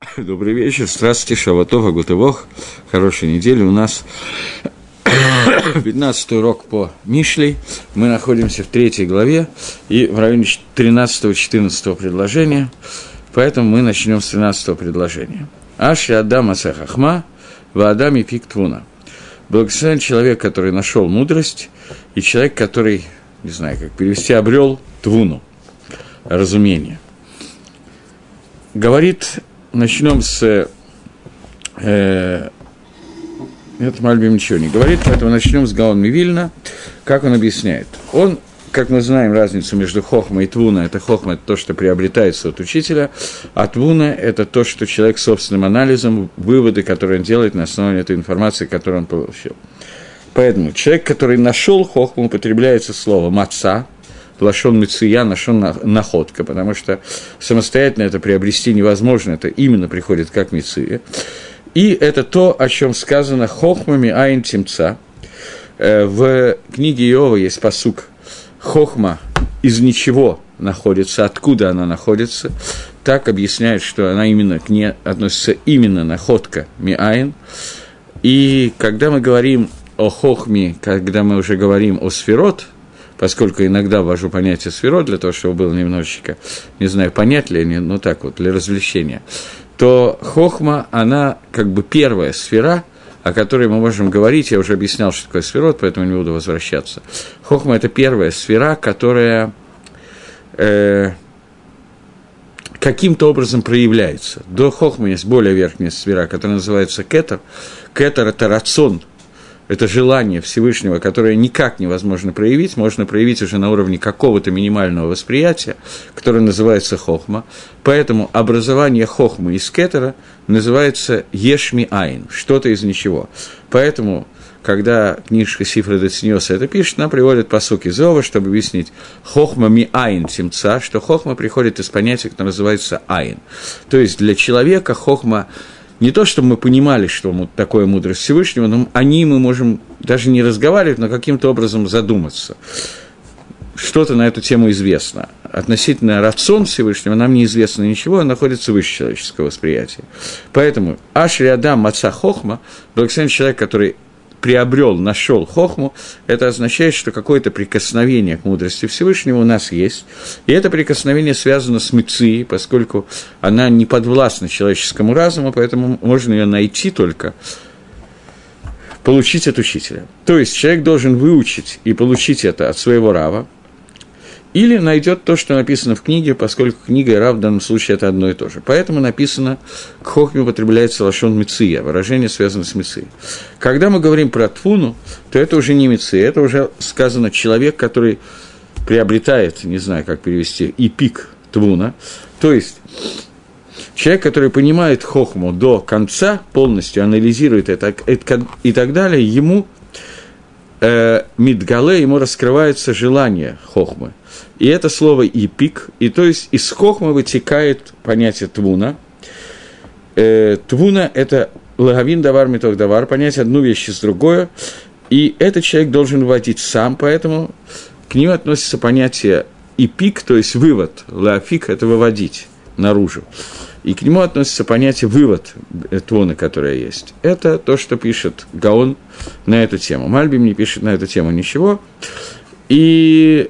Добрый вечер, здравствуйте, Шавуатов, Агутывох. Хорошей недели у нас 15-й урок по Мишлей. Мы находимся в 3 главе и в районе 13-14 предложения, поэтому мы начнем с 13-го предложения. Аши Адам Асе Хахма, Ваадам и Пик Твуна. Благословен человек, который нашел мудрость, и человек, который, не знаю, как перевести, обрел Твуну, разумение. Говорит, начнем с... это Мальбим ничего не говорит, поэтому начнем с Гаон Мивильна. Как он объясняет? Он, как мы знаем, разницу между хохма и твуна. Это хохма – это то, что приобретается от учителя, а твуна – это то, что человек собственным анализом, выводы, которые он делает на основе этой информации, которую он получил. Поэтому человек, который нашел хохму, употребляется слово «маца», лашон меция, лашон находка, потому что самостоятельно это приобрести невозможно, это именно приходит как меция. И это то, о чем сказано «хохмами айн тимца». В книге Иова есть пасук «хохма из ничего находится», откуда она находится. Так объясняет, что она именно к ней относится именно находка миайн. И когда мы говорим о хохме, когда мы уже говорим о сферот, поскольку иногда ввожу понятие сферот для того, чтобы было немножечко, не знаю, понять ли они, но так вот, для развлечения, то хохма, она как бы первая сфера, о которой мы можем говорить. Я уже объяснял, что такое сферот, поэтому не буду возвращаться. Хохма – это первая сфера, которая каким-то образом проявляется. До хохмы есть более верхняя сфера, которая называется кетер. Кетер – это рацион. Это желание Всевышнего, которое никак невозможно проявить, можно проявить уже на уровне какого-то минимального восприятия, которое называется хохма. Поэтому образование хохмы из кетера называется ешми айн, что-то из ничего. Поэтому, когда книжка Сифра Децниоса это пишет, она приводит пасук из Ова, чтобы объяснить хохма ми айн тимца, что хохма приходит из понятия, которое называется айн. То есть для человека хохма не то, чтобы мы понимали, что такое мудрость Всевышнего, но о ней мы можем даже не разговаривать, но каким-то образом задуматься. Что-то на эту тему известно. Относительно рацион Всевышнего нам неизвестно ничего, он находится выше человеческого восприятия. Поэтому Ашри Адам Маца Хохма, благословен человек, который приобрел, нашел хохму, это означает, что какое-то прикосновение к мудрости Всевышнего у нас есть. И это прикосновение связано с мецией, поскольку она не подвластна человеческому разуму, поэтому можно ее найти только, получить от учителя. То есть человек должен выучить и получить это от своего рава, или найдет то, что написано в книге, поскольку книга и рав в данном случае это одно и то же. Поэтому написано, к хохме употребляется лашон меция, выражение связано с мецией. Когда мы говорим про твуну, то это уже не меция, это уже сказано человек, который приобретает, не знаю, как перевести, и пик твуна, то есть человек, который понимает хохму до конца, полностью анализирует это и так далее, ему мидгале, ему раскрывается желание хохмы. И это слово «ипик», и то есть из хохмы вытекает понятие «твуна». Твуна – это лагавин давар митох давар, понять одну вещь из другой, и этот человек должен вводить сам, поэтому к нему относится понятие «ипик», то есть вывод, лагафик – это выводить наружу. И к нему относится понятие «вывод» твуны, которое есть. Это то, что пишет Гаон на эту тему. Мальбим не пишет на эту тему ничего. И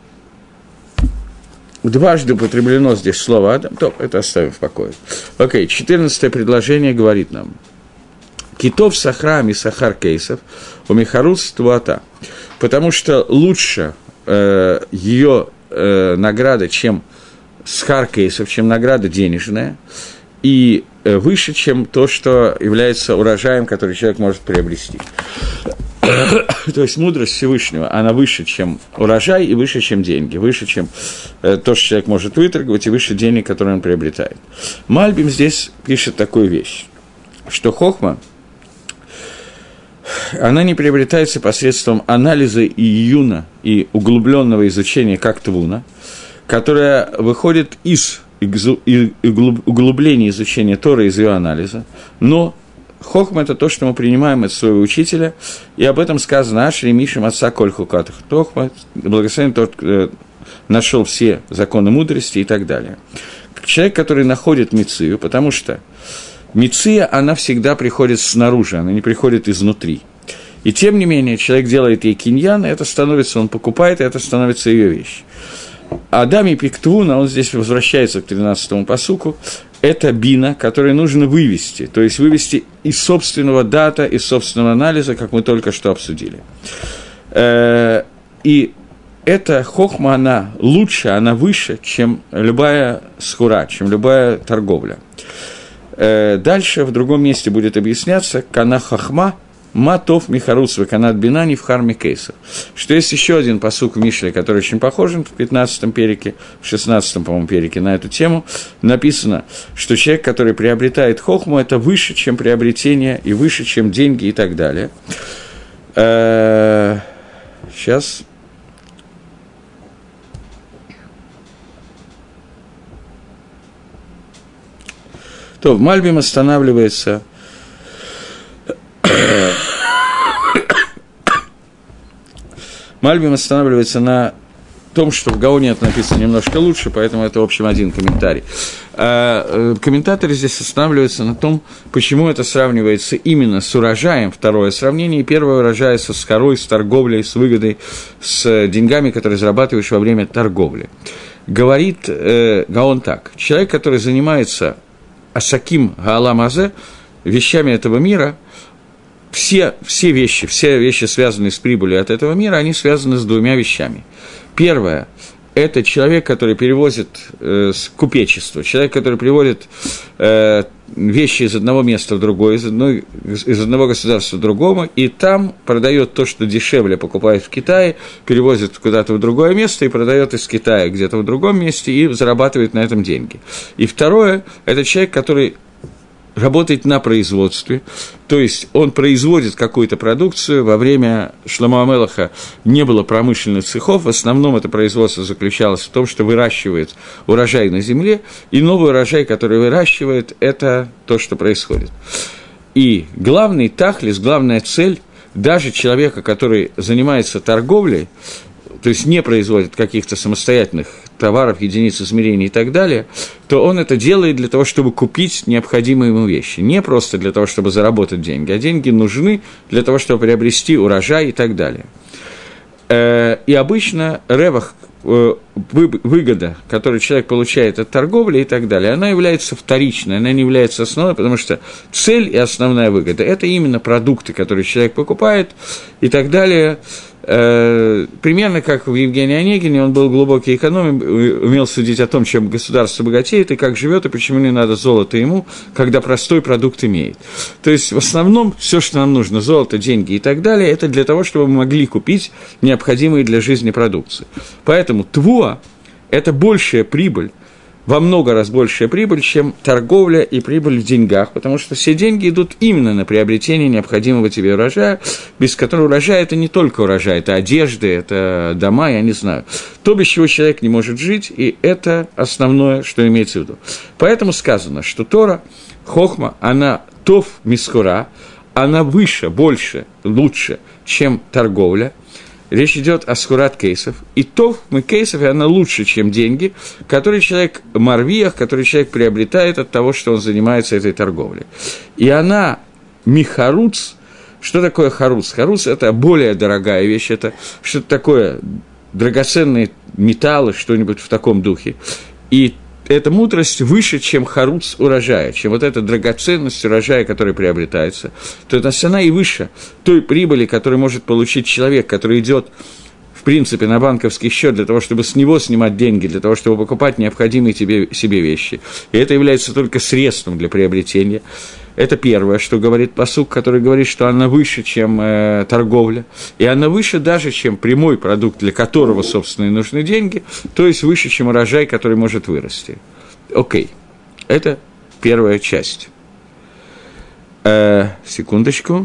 дважды употреблено здесь слово «адам», то это оставим в покое. Окей, 14 предложение говорит нам. «Китов сахра мисахар кейсов, у михарус туата». Потому что лучше ее награда, чем схар кейсов, чем награда денежная, и выше, чем то, что является урожаем, который человек может приобрести. То есть мудрость Всевышнего, она выше, чем урожай, и выше, чем деньги, выше, чем то, что человек может выторговать, и выше денег, которые он приобретает. Мальбим здесь пишет такую вещь, что хохма, она не приобретается посредством анализа и июна, и углубленного изучения, как твуна, которая выходит из углубления изучения Торы, из ее анализа, но хохма – это то, что мы принимаем от своего учителя, и об этом сказано «Ашри Мишем Отца Коль Хукатах». Хохма, благословен тот, кто нашел все законы мудрости и так далее. человек, который находит мицию, потому что миция, она всегда приходит снаружи, она не приходит изнутри. И тем не менее, человек делает ей киньян, и это становится, он покупает, и это становится ее вещь. Адам и Пиктвуна, он здесь возвращается к 13-му пасуку, это бина, которую нужно вывести, то есть вывести из собственного дата, из собственного анализа, как мы только что обсудили. И эта хохма, она лучше, она выше, чем любая схура, чем любая торговля. Дальше в другом месте будет объясняться «Кана хохма, матов михаруц веканат бинани в харме кейсов», что есть еще один пасук в Мишле, который очень похожен в 15-м перике, в 16-м, по-моему, перике на эту тему, написано, что человек, который приобретает хохму, это выше, чем приобретение, и выше, чем деньги и так далее. Сейчас. То в Мальбим останавливается на том, что в Гаоне это написано немножко лучше, поэтому это, в общем, один комментарий. Комментаторы здесь останавливаются на том, почему это сравнивается именно с урожаем, второе сравнение, и первое урожай со схарой, с торговлей, с выгодой, с деньгами, которые зарабатываешь во время торговли. Говорит Гаон так: человек, который занимается асаким гааламазе, вещами этого мира, все вещи, связанные с прибылью от этого мира, они связаны с двумя вещами. Первое – это человек, который перевозит купечество, человек, который приводит вещи из одного места в другое, из одного государства в другое, и там продает то, что дешевле покупает в Китае, перевозит куда-то в другое место и продает из Китая где-то в другом месте и зарабатывает на этом деньги. И второе – это человек, который работает на производстве, то есть он производит какую-то продукцию. Во время Шломо ха-Мелеха не было промышленных цехов, в основном это производство заключалось в том, что выращивает урожай на земле, и новый урожай, который выращивает, это то, что происходит. И главный тахлис, главная цель даже человека, который занимается торговлей, то есть не производит каких-то самостоятельных товаров, единиц измерения и так далее, то он это делает для того, чтобы купить необходимые ему вещи. Не просто для того, чтобы заработать деньги, а деньги нужны для того, чтобы приобрести урожай и так далее. И обычно ревах, выгода, которую человек получает от торговли и так далее, она является вторичной, она не является основной, потому что цель и основная выгода – это именно продукты, которые человек покупает и так далее. Примерно как в Евгении Онегине, он был глубокий экономист, умел судить о том, чем государство богатеет и как живет, и почему не надо золото ему, когда простой продукт имеет. То есть, в основном, все, что нам нужно, золото, деньги и так далее, это для того, чтобы мы могли купить необходимые для жизни продукции. Поэтому твуа – это большая прибыль, во много раз большая прибыль, чем торговля и прибыль в деньгах, потому что все деньги идут именно на приобретение необходимого тебе урожая, без которого урожай – это не только урожай, это одежды, это дома, я не знаю. То, без чего человек не может жить, и это основное, что имеется в виду. Поэтому сказано, что Тора, хохма, она тов мискура, она выше, больше, лучше, чем торговля. Речь идет о скурат кейсов. И тов мы кейсов, и она лучше, чем деньги, которые человек марвиях, которые человек приобретает от того, что он занимается этой торговлей. И она михаруц. Что такое харуц? Харуц – это более дорогая вещь, это что-то такое, драгоценные металлы, что-нибудь в таком духе. И эта мудрость выше, чем харуц урожая, чем вот эта драгоценность урожая, которая приобретается, то есть она и выше той прибыли, которую может получить человек, который идет, в принципе, на банковский счет для того, чтобы с него снимать деньги, для того, чтобы покупать необходимые себе вещи. И это является только средством для приобретения. Это первое, что говорит пасук, который говорит, что она выше, чем торговля, и она выше даже, чем прямой продукт, для которого, собственно, и нужны деньги, то есть выше, чем урожай, который может вырасти. Окей, это первая часть. Секундочку.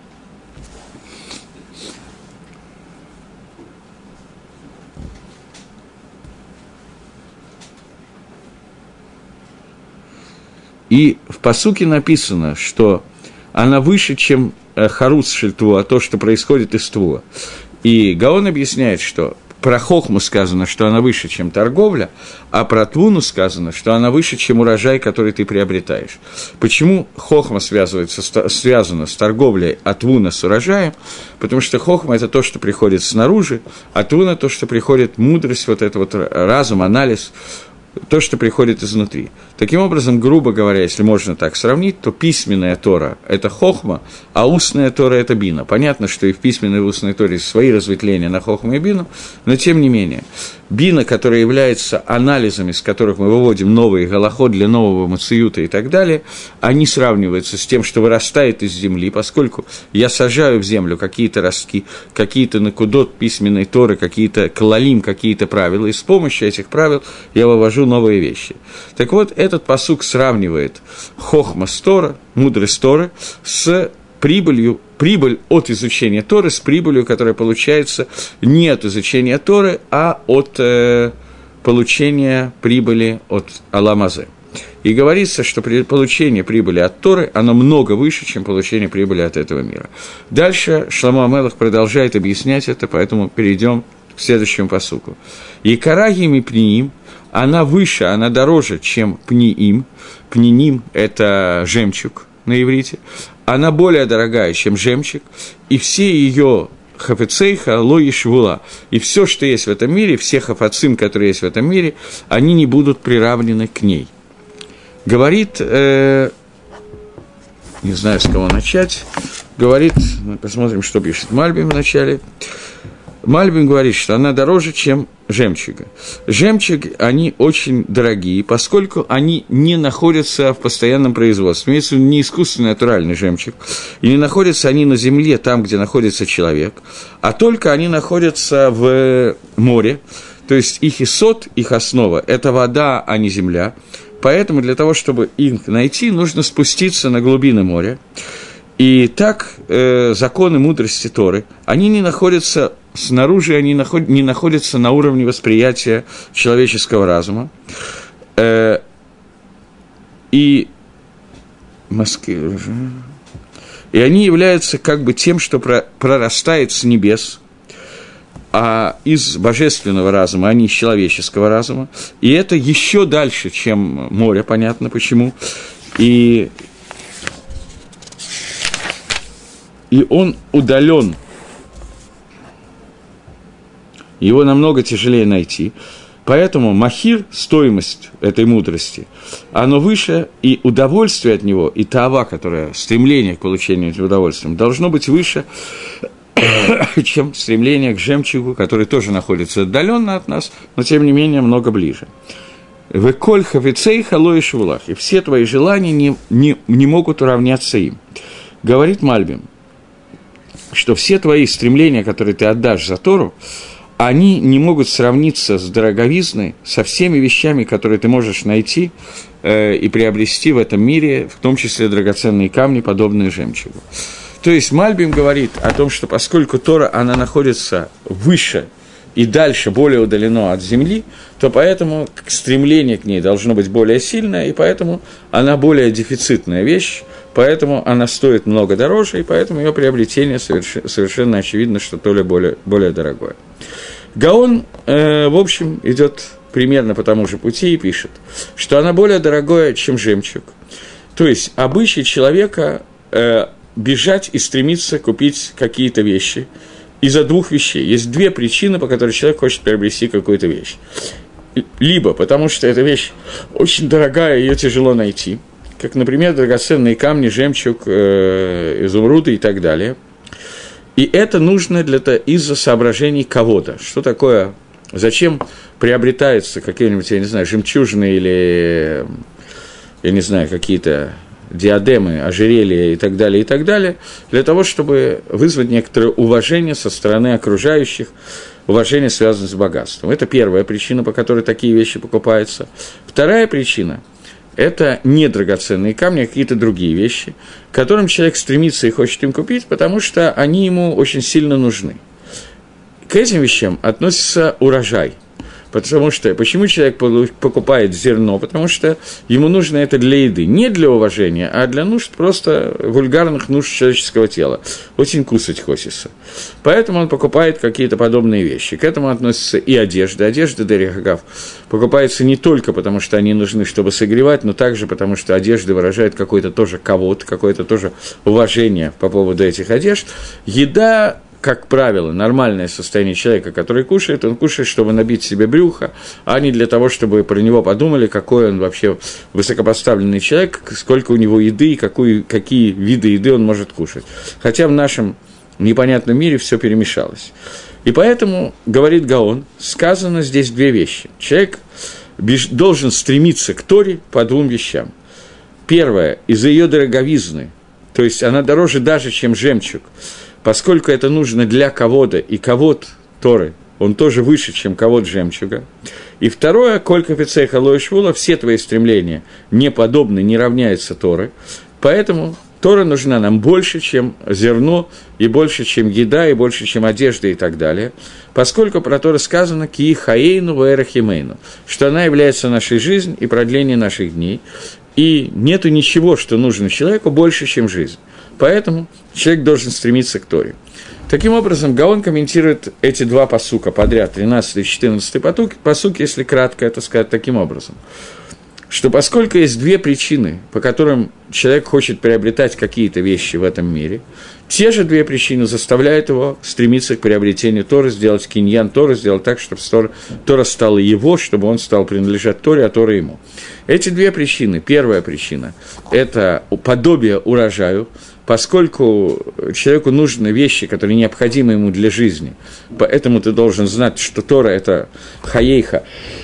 И в пасуке написано, что она выше, чем харуц шельтвуа, то, что происходит из твуа. И Гаон объясняет, что про хохму сказано, что она выше, чем торговля, а про твуну сказано, что она выше, чем урожай, который ты приобретаешь. Почему хохма связана с торговлей, а твуна с урожаем? Потому что хохма – это то, что приходит снаружи, а твуна – то, что приходит мудрость, вот это вот разум, анализ, то, что приходит изнутри. Таким образом, грубо говоря, если можно так сравнить, то письменная Тора – это хохма, а устная Тора – это бина. Понятно, что и в письменной и в устной Торе есть свои разветвления на хохму и бину, но тем не менее, бина, которая является анализом, из которых мы выводим новые галахот для нового мациюта и так далее, они сравниваются с тем, что вырастает из земли, поскольку я сажаю в землю какие-то ростки, какие-то накудот письменной Торы, какие-то клалим, какие-то правила, и с помощью этих правил я вывожу новые вещи. Так вот, этот пасук сравнивает хохма с Тора, мудрость Торы, с прибыль от изучения Торы, с прибылью, которая получается не от изучения Торы, а от получения прибыли от Аламазе. И говорится, что получение прибыли от Торы, оно много выше, чем получение прибыли от этого мира. Дальше Шломо ха-Мелех продолжает объяснять это, поэтому перейдем к следующему пасуку. «Икарагим и пниим», она выше, она дороже, чем пниим. Пниним – это жемчуг на иврите. Она более дорогая, чем жемчуг, и все ее хафецейха ло ешвула, и все, что есть в этом мире, все хафацим, которые есть в этом мире, они не будут приравнены к ней. Говорит, не знаю, с кого начать, говорит, посмотрим, что пишет Мальбим в начале. Мальбим говорит, что она дороже, чем жемчуга. Жемчуг, они очень дорогие, поскольку они не находятся в постоянном производстве. Имеется в виду не искусственный, натуральный жемчуг. И не находятся они на земле, там, где находится человек, а только они находятся в море. То есть их исот, их основа – это вода, а не земля. Поэтому для того, чтобы их найти, нужно спуститься на глубины моря. И так законы мудрости Торы, они не находятся снаружи, они не находятся на уровне восприятия человеческого разума. И они являются как бы тем, что прорастает с небес, а из божественного разума, а не из человеческого разума. И это еще дальше, чем море, понятно почему. И он удален, его намного тяжелее найти, поэтому махир, стоимость этой мудрости, оно выше, и удовольствие от него, и таава, которое стремление к получению этим удовольствием, должно быть выше, чем стремление к жемчугу, который тоже находится отдаленно от нас, но тем не менее много ближе. «Веколь хафецейха ло ешвулах», и все твои желания не могут уравняться им. Говорит Мальбим, что все твои стремления, которые ты отдашь за Тору, они не могут сравниться с дороговизной, со всеми вещами, которые ты можешь найти и приобрести в этом мире, в том числе драгоценные камни, подобные жемчугу. То есть Мальбим говорит о том, что поскольку Тора, она находится выше и дальше, более удалено от земли, то поэтому стремление к ней должно быть более сильное, и поэтому она более дефицитная вещь, поэтому она стоит много дороже, и поэтому ее приобретение совершенно очевидно, что то ли более дорогое. Гаон, в общем, идет примерно по тому же пути и пишет, что она более дорогая, чем жемчуг. То есть обычай человека бежать и стремиться купить какие-то вещи из-за двух вещей. Есть две причины, по которым человек хочет приобрести какую-то вещь. Либо потому, что эта вещь очень дорогая, ее тяжело найти, как, например, драгоценные камни, жемчуг, изумруды и так далее. И это нужно из-за соображений кого-то. Что такое, зачем приобретаются какие-нибудь, я не знаю, жемчужины или, я не знаю, какие-то диадемы, ожерелья и так далее, для того, чтобы вызвать некоторое уважение со стороны окружающих, уважение, связанное с богатством. Это первая причина, по которой такие вещи покупаются. Вторая причина – это не драгоценные камни, а какие-то другие вещи, к которым человек стремится и хочет им купить, потому что они ему очень сильно нужны. К этим вещам относится урожай. Почему человек покупает зерно? Потому что ему нужно это для еды. Не для уважения, а для нужд, просто вульгарных нужд человеческого тела. Очень кусать хочется. Поэтому он покупает какие-то подобные вещи. К этому относится и одежда. Одежда, дерехагав, покупается не только потому, что они нужны, чтобы согревать, но также потому, что одежда выражает какой-то тоже кавод, какое-то тоже уважение по поводу этих одежд. Еда, как правило, нормальное состояние человека, который кушает, он кушает, чтобы набить себе брюхо, а не для того, чтобы про него подумали, какой он вообще высокопоставленный человек, сколько у него еды и какие виды еды он может кушать. Хотя в нашем непонятном мире все перемешалось. И поэтому, говорит Гаон, сказано здесь две вещи. Человек должен стремиться к Торе по двум вещам. Первое, из-за ее дороговизны, то есть она дороже даже, чем жемчуг, поскольку это нужно для кавода, и кавод Торы, он тоже выше, чем кавод жемчуга. И второе, колька пиццеха лоишвула, все твои стремления не подобны, не равняются Торы, поэтому Тора нужна нам больше, чем зерно, и больше, чем еда, и больше, чем одежда и так далее, поскольку про Тору сказано «ки хаейну вэрахимейну», что она является нашей жизнью и продлением наших дней, и нету ничего, что нужно человеку больше, чем жизнь. Поэтому человек должен стремиться к Торе. Таким образом, Гаон комментирует эти два пасука подряд, 13 и 14 пасук, если кратко это сказать таким образом, что поскольку есть две причины, по которым человек хочет приобретать какие-то вещи в этом мире, те же две причины заставляют его стремиться к приобретению Торы, сделать киньян Торы, сделать так, чтобы Тора стала его, чтобы он стал принадлежать Торе, а Тора ему. Эти две причины. Первая причина – это подобие урожаю, поскольку человеку нужны вещи, которые необходимы ему для жизни. Поэтому ты должен знать, что Тора – это хаейха,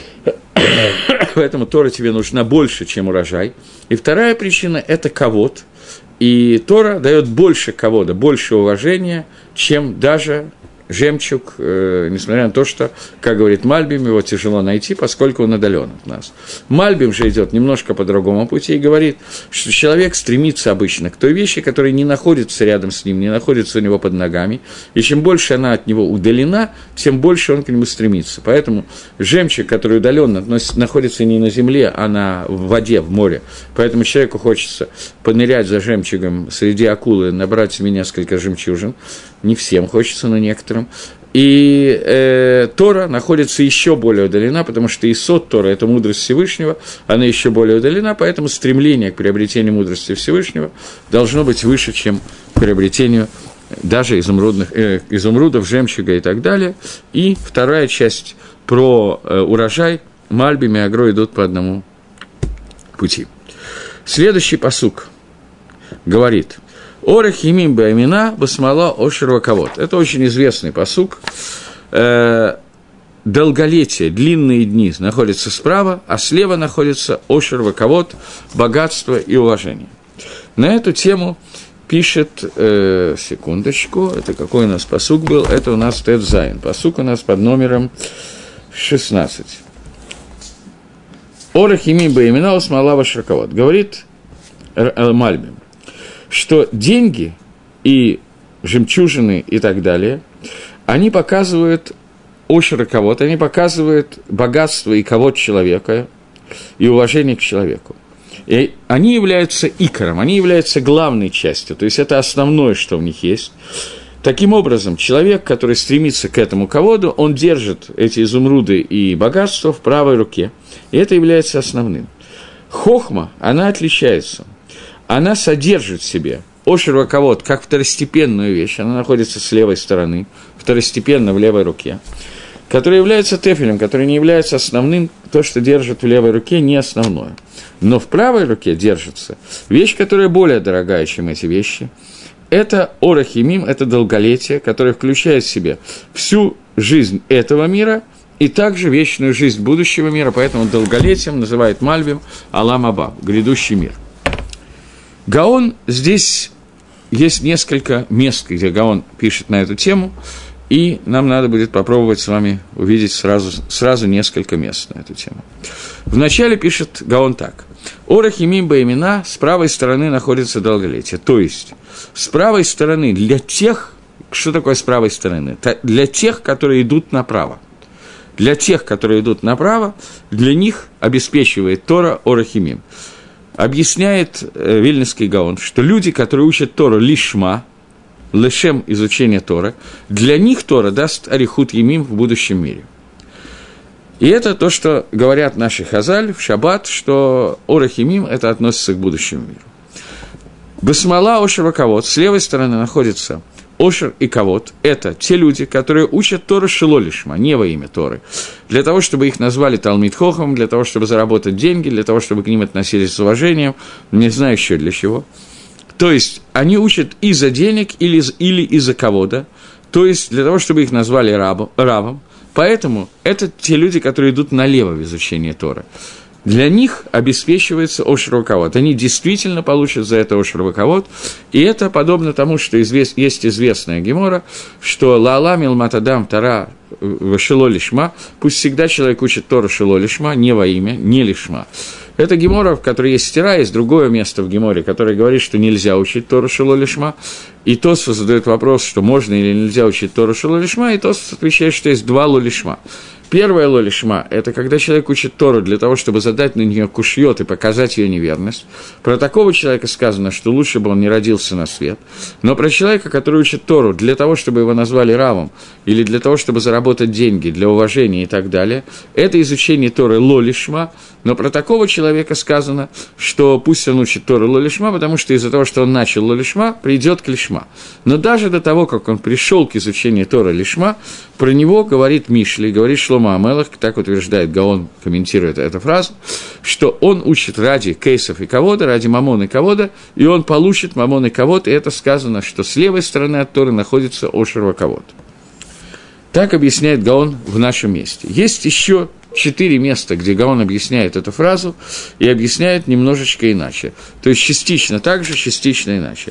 поэтому Тора тебе нужна больше, чем урожай. И вторая причина – это кавод. И Тора дает больше кавода, больше уважения, чем даже жемчуг, несмотря на то, что, как говорит Мальбим, его тяжело найти, поскольку он удален от нас. Мальбим же идет немножко по другому пути и говорит, что человек стремится обычно к той вещи, которая не находится рядом с ним, не находится у него под ногами, и чем больше она от него удалена, тем больше он к нему стремится. Поэтому жемчуг, который удален, находится не на земле, а в воде, в море. Поэтому человеку хочется понырять за жемчугом среди акулы, набрать себе несколько жемчужин. Не всем хочется, но некоторым. И Тора находится еще более удалена, потому что Исод Тора – это мудрость Всевышнего, она еще более удалена, поэтому стремление к приобретению мудрости Всевышнего должно быть выше, чем к приобретению даже изумрудов, жемчуга и так далее. И вторая часть про урожай, Мальбим и Агро идут по одному пути. Следующий пасук говорит – «Орех емим беамина басмала ошер ваковод». Это очень известный пасук. Долголетие, длинные дни находятся справа, а слева находится ошер ваковод, богатство и уважение. На эту тему пишет, секундочку, это какой у нас пасук был? Это у нас Тет Зайн. Пасук у нас под номером 16. «Орех емим беамина басмала ошер ваковод». Говорит Мальбим, что деньги и жемчужины и так далее, они показывают ошер кавод, они показывают богатство и кавод человека, и уважение к человеку. И они являются икором, они являются главной частью, то есть это основное, что в них есть. Таким образом, человек, который стремится к этому каводу, он держит эти изумруды и богатства в правой руке, и это является основным. Хохма, она отличается. Она содержит в себе ошер ваковод как второстепенную вещь, она находится с левой стороны, второстепенно в левой руке, которая является тефелем, который не является основным, то, что держит в левой руке, не основное. Но в правой руке держится вещь, которая более дорогая, чем эти вещи. Это орах емим, это долголетие, которое включает в себе всю жизнь этого мира и также вечную жизнь будущего мира, поэтому долголетием называет Мальбим Алам Аба, грядущий мир. Гаон, здесь есть несколько мест, где Гаон пишет на эту тему, и нам надо будет попробовать с вами увидеть сразу несколько мест на эту тему. Вначале пишет Гаон так. «Орах емим баимина» с правой стороны находится долголетие. То есть, с правой стороны для тех, что такое с правой стороны? Для тех, которые идут направо. Для тех, которые идут направо, для них обеспечивает Тора Орахимим. Объясняет Вильнюсский Гаон, что люди, которые учат Тору лишма, лешем изучения Торы, для них Тора даст арихут емим в будущем мире. И это то, что говорят наши хазаль в шаббат, что орахимим – это относится к будущему миру. Басмала, ошер и кавод. С левой стороны находится ошер и кавод. Это те люди, которые учат Тору шело лишма, не во имя Торы. Для того, чтобы их назвали Талмид Хохам, для того, чтобы заработать деньги, для того, чтобы к ним относились с уважением, не знаю еще для чего. То есть они учат из-за денег или из-за кавода, то есть для того, чтобы их назвали рабом. Поэтому это те люди, которые идут налево в изучении Торы. Для них обеспечивается ошер вакавод. Они действительно получат за это ошер вакавод. И это подобно тому, что есть известная гемора, что «Лаала милматадам тара шело лишма», пусть всегда человек учит Тору шело лишма, не во имя, не лишма. Это гемора, в которой есть стира, есть другое место в геморе, которое говорит, что нельзя учить Тору шело лишма. И Тосфос задает вопрос, что можно или нельзя учить Тору шело лишма, и Тосфос отвечает, что есть два ло лишма. Первое ло-лишма – это когда человек учит Тору для того, чтобы задать на нее кушьет и показать ее неверность. Про такого человека сказано, что лучше бы он не родился на свет. Но про человека, который учит Тору для того, чтобы его назвали равом, или для того, чтобы заработать деньги, для уважения и так далее, это изучение Торы ло-лишма. Но про такого человека сказано, что пусть он учит Тору ло-лишма, потому что из-за того, что он начал ло-лишма, придет к лишма. Но даже до того, как он пришел к изучению Торы лишма, про него говорит Мишли, говорит Шломо Амелех, так утверждает Гаон, комментирует эту фразу, что он учит ради кейсов и кавода, ради мамон и кавода, и он получит мамон и кавод, и это сказано, что с левой стороны от Торы находится ошер вакавод. Так объясняет Гаон в нашем месте. Есть еще 4 места, где Гаон объясняет эту фразу и объясняет немножечко иначе. То есть частично так же, частично иначе.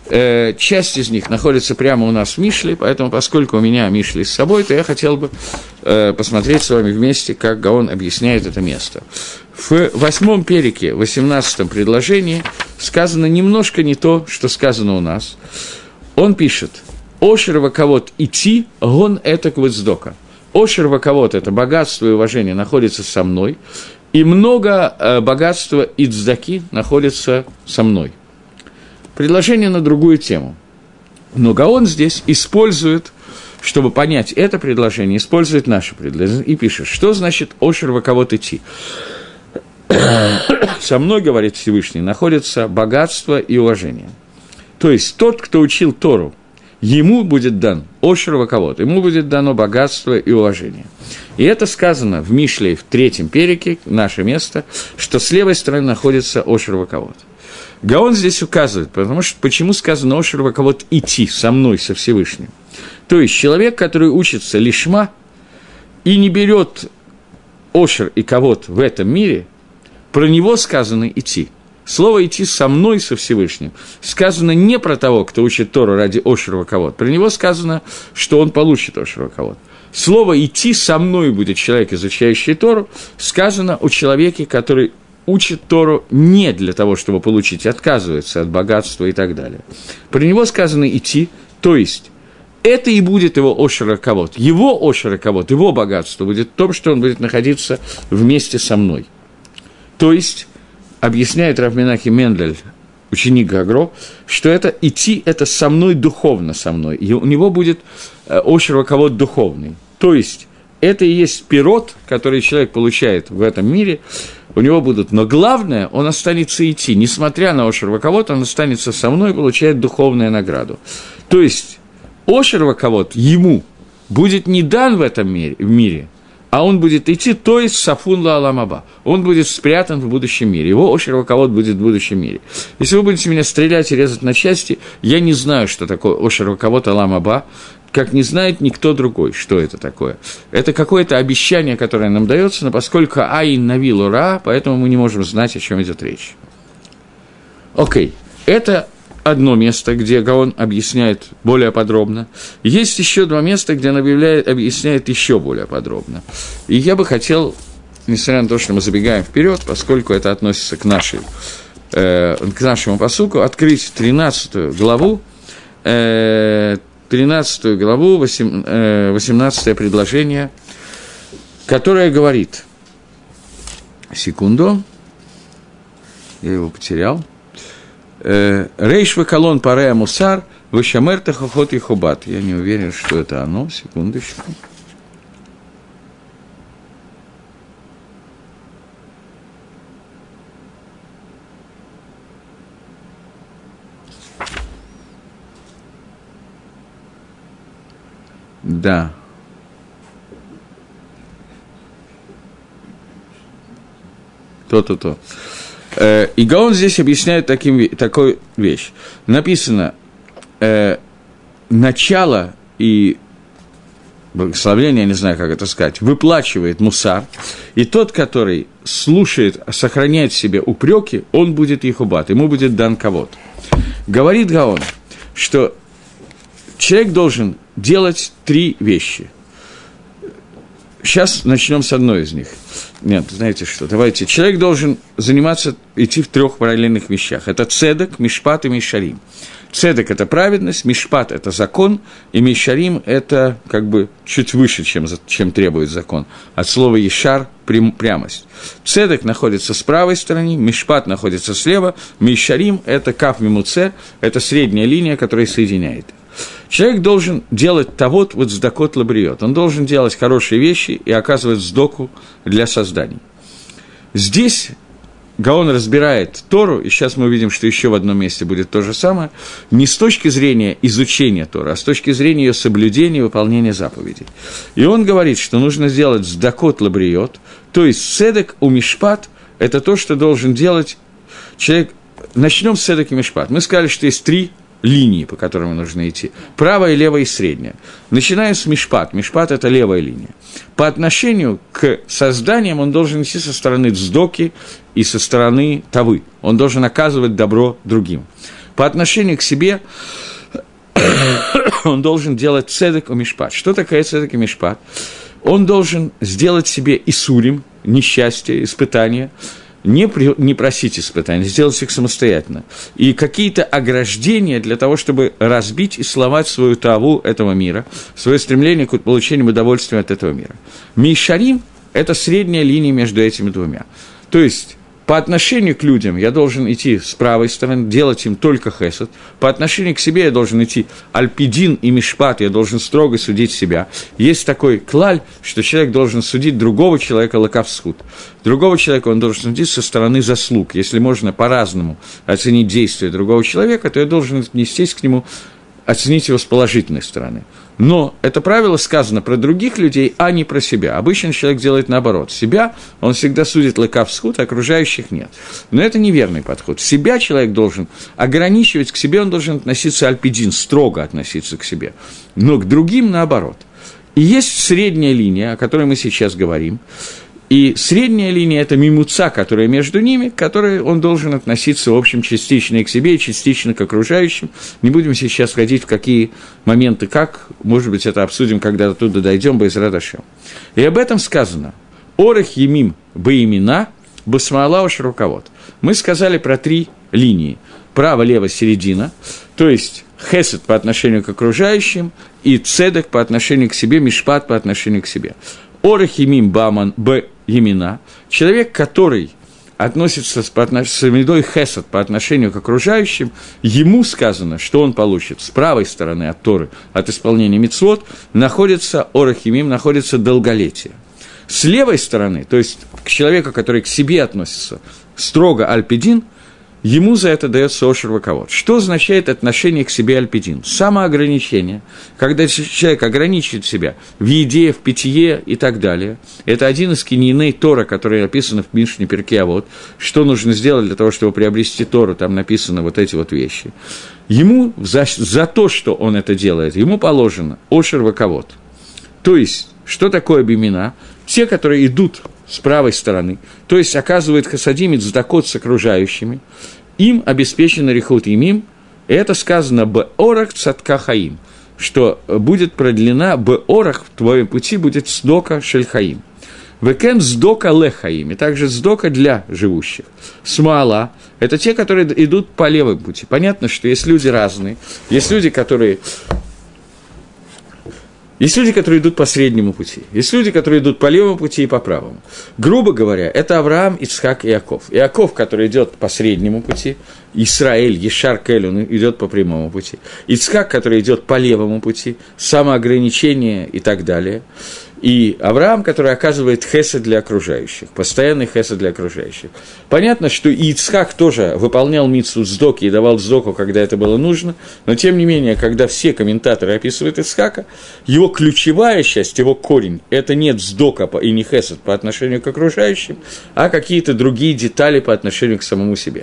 Часть из них находится прямо у нас в Мишле, поэтому, поскольку у меня Мишли с собой, то я хотел бы посмотреть с вами вместе, как Гаон объясняет это место. В 8-м перике, 18-м предложении сказано немножко не то, что сказано у нас. Он пишет: «Ошер вакавот идти, гон этак вэцдока». Ошер вакавот – это богатство и уважение находится со мной, и много богатства и цдаки находится со мной. Предложение на другую тему. Но Гаон здесь использует, чтобы понять это предложение, использует наше предложение и пишет, что значит «Ошер вакавот идти». Со мной, говорит Всевышний, находится богатство и уважение. То есть тот, кто учил Тору, ему будет дан ошер вакавот, ему будет дано богатство и уважение. И это сказано в Мишле, в 3-м перике, наше место, что с левой стороны находится ошер вакавот. Гаон здесь указывает, потому что почему сказано ошер вакавот идти со мной, со Всевышним. То есть человек, который учится лишма и не берет ошер и кавот в этом мире, про него сказано идти. Слово «идти со мной, со Всевышним» сказано не про того, кто учит Тору ради ошер вакавот. Про него сказано, что он получит ошер вакавот. Слово «идти со мной» будет человек, изучающий Тору, сказано о человеке, который учит Тору не для того, чтобы получить, отказывается от богатства и так далее. Про него сказано «идти», то есть это и будет его ошер вакавот. Его ошер вакавот, его богатство будет в том, что он будет находиться вместе со мной. То есть объясняет Рав Менахем Мендель, ученик Гагро, что это идти, это со мной, духовно со мной. И у него будет ошер вакавот духовный. То есть это и есть пирот, который человек получает в этом мире, у него будут. Но главное, он останется идти. Несмотря на ошер вакавот, он останется со мной и получает духовную награду. То есть ошер вакавот ему будет не дан в этом мире, а он будет идти, то есть сафун ла аламаба. Он будет спрятан в будущем мире. Его ошер вакавот будет в будущем мире. Если вы будете меня стрелять и резать на части, я не знаю, что такое ошер вакавот аламаба, как не знает никто другой, что это такое. Это какое-то обещание, которое нам дается, но поскольку айн навилу ра, поэтому мы не можем знать, о чем идет речь. Окей, это одно место, где Гаон объясняет более подробно. Есть еще 2 места, где он объясняет еще более подробно. И я бы хотел, несмотря на то, что мы забегаем вперед, поскольку это относится к нашему пасуку, открыть 13 главу, 18 предложение которая говорит, секунду, я его потерял, Рейш векалон парея мусар, вешамер тахохот и хубат. Я не уверен, что это оно, секундочку. Да. То. И Гаон здесь объясняет такую вещь. Написано, начало и благословение, я не знаю, как это сказать, выплачивает мусар, и тот, который слушает, сохраняет в себе упреки, он будет ехубат, ему будет дан кавод. Говорит Гаон, что человек должен делать 3 вещи. Сейчас начнем с одной из них. Нет, знаете что, давайте. Человек должен идти в 3 параллельных вещах. Это цедек, мишпат и мишарим. Цедек – это праведность, мишпат – это закон, и мишарим – это как бы чуть выше, чем требует закон. От слова ешар – прямость. Цедек находится с правой стороны, мишпат находится слева, мишарим – это каф мимуце, это средняя линия, которая соединяет. Человек должен делать тавот вот сдакот лабриот. Он должен делать хорошие вещи и оказывать сдоку для созданий. Здесь Гаон разбирает Тору, и сейчас мы увидим, что еще в одном месте будет то же самое, не с точки зрения изучения Торы, а с точки зрения ее соблюдения и выполнения заповедей. И он говорит, что нужно сделать сдакот лабриот, то есть седек у мишпат – это то, что должен делать человек. Начнем с седек и мишпат. Мы сказали, что есть 3 линии, по которым нужно идти. Правая, левая и средняя. Начиная с мишпат. Мишпат – это левая линия. По отношению к созданиям он должен идти со стороны цдоки и со стороны тавы. Он должен оказывать добро другим. По отношению к себе он должен делать цедек и мишпат. Что такое цедек и мишпат? Он должен сделать себе исурим, несчастье, испытание, не просить испытаний, сделать их самостоятельно. И какие-то ограждения для того, чтобы разбить и сломать свою таву этого мира, свое стремление к получению удовольствия от этого мира. Мишарим – это средняя линия между этими 2. То есть, по отношению к людям я должен идти с правой стороны, делать им только хесед. По отношению к себе я должен идти альпидин и мишпат, я должен строго судить себя. Есть такой клаль, что человек должен судить другого человека лакавсхуд. Другого человека он должен судить со стороны заслуг. Если можно по-разному оценить действия другого человека, то я должен отнестись к нему, оценить его с положительной стороны. Но это правило сказано про других людей, а не про себя. Обычно человек делает наоборот. Себя он всегда судит лакавсхуд, а окружающих нет. Но это неверный подход. Себя человек должен ограничивать, к себе он должен относиться альпидин, строго относиться к себе. Но к другим наоборот. И есть средняя линия, о которой мы сейчас говорим. И средняя линия – это мимуца, которая между ними, к которой он должен относиться, в общем, частично и к себе, и частично к окружающим. Не будем сейчас входить в какие моменты, как, может быть, это обсудим, когда оттуда дойдем, Бейзрат Ашем. И об этом сказано. Орех емим баимина басмаалауш руковод. Мы сказали про 3 линии. Право, лево, середина, то есть хесед по отношению к окружающим и цедек по отношению к себе, мишпат по отношению к себе. Орех емим баман б емина, человек, который относится с медой хесед по отношению к окружающим, ему сказано, что он получит с правой стороны от Торы, от исполнения мицвот, находится орех емим, находится долголетие. С левой стороны, то есть к человеку, который к себе относится строго альпидин, ему за это дается ошер ваковод. Что означает отношение к себе альпидин? Самоограничение, когда человек ограничивает себя в еде, в питье и так далее. Это один из киньяней Тора, который написан в Мишне Перкей Авот. Что нужно сделать для того, чтобы приобрести Тору, там написаны вот эти вот вещи. Ему за то, что он это делает, ему положено ошер ваковод. То есть, что такое бимина? Те, которые идут с правой стороны, то есть оказывают хасадим и цдакот с окружающими, им обеспечено рихут имим, и это сказано «беорах цатка хаим», что будет продлена «беорах», в твоем пути будет «сдока шельхаим». «Векен сдока лехаим», и также «сдока для живущих». «Смаала» – это те, которые идут по левому пути. Понятно, что есть люди разные, есть люди, которые Есть люди, которые идут по среднему пути. Есть люди, которые идут по левому пути и по правому. Грубо говоря, это Авраам, Ицхак и Иаков. Иаков, который идет по среднему пути. Исраэль, Ешар Кель, он идет по прямому пути. Ицхак, который идет по левому пути. Самоограничение и так далее. И Авраам, который оказывает хесед для окружающих, постоянный хесед для окружающих. Понятно, что и Ицхак тоже выполнял мицву цдоки и давал цдоку, когда это было нужно, но тем не менее, когда все комментаторы описывают Ицхака, его ключевая часть, его корень, это не цдока и не хесед по отношению к окружающим, а какие-то другие детали по отношению к самому себе.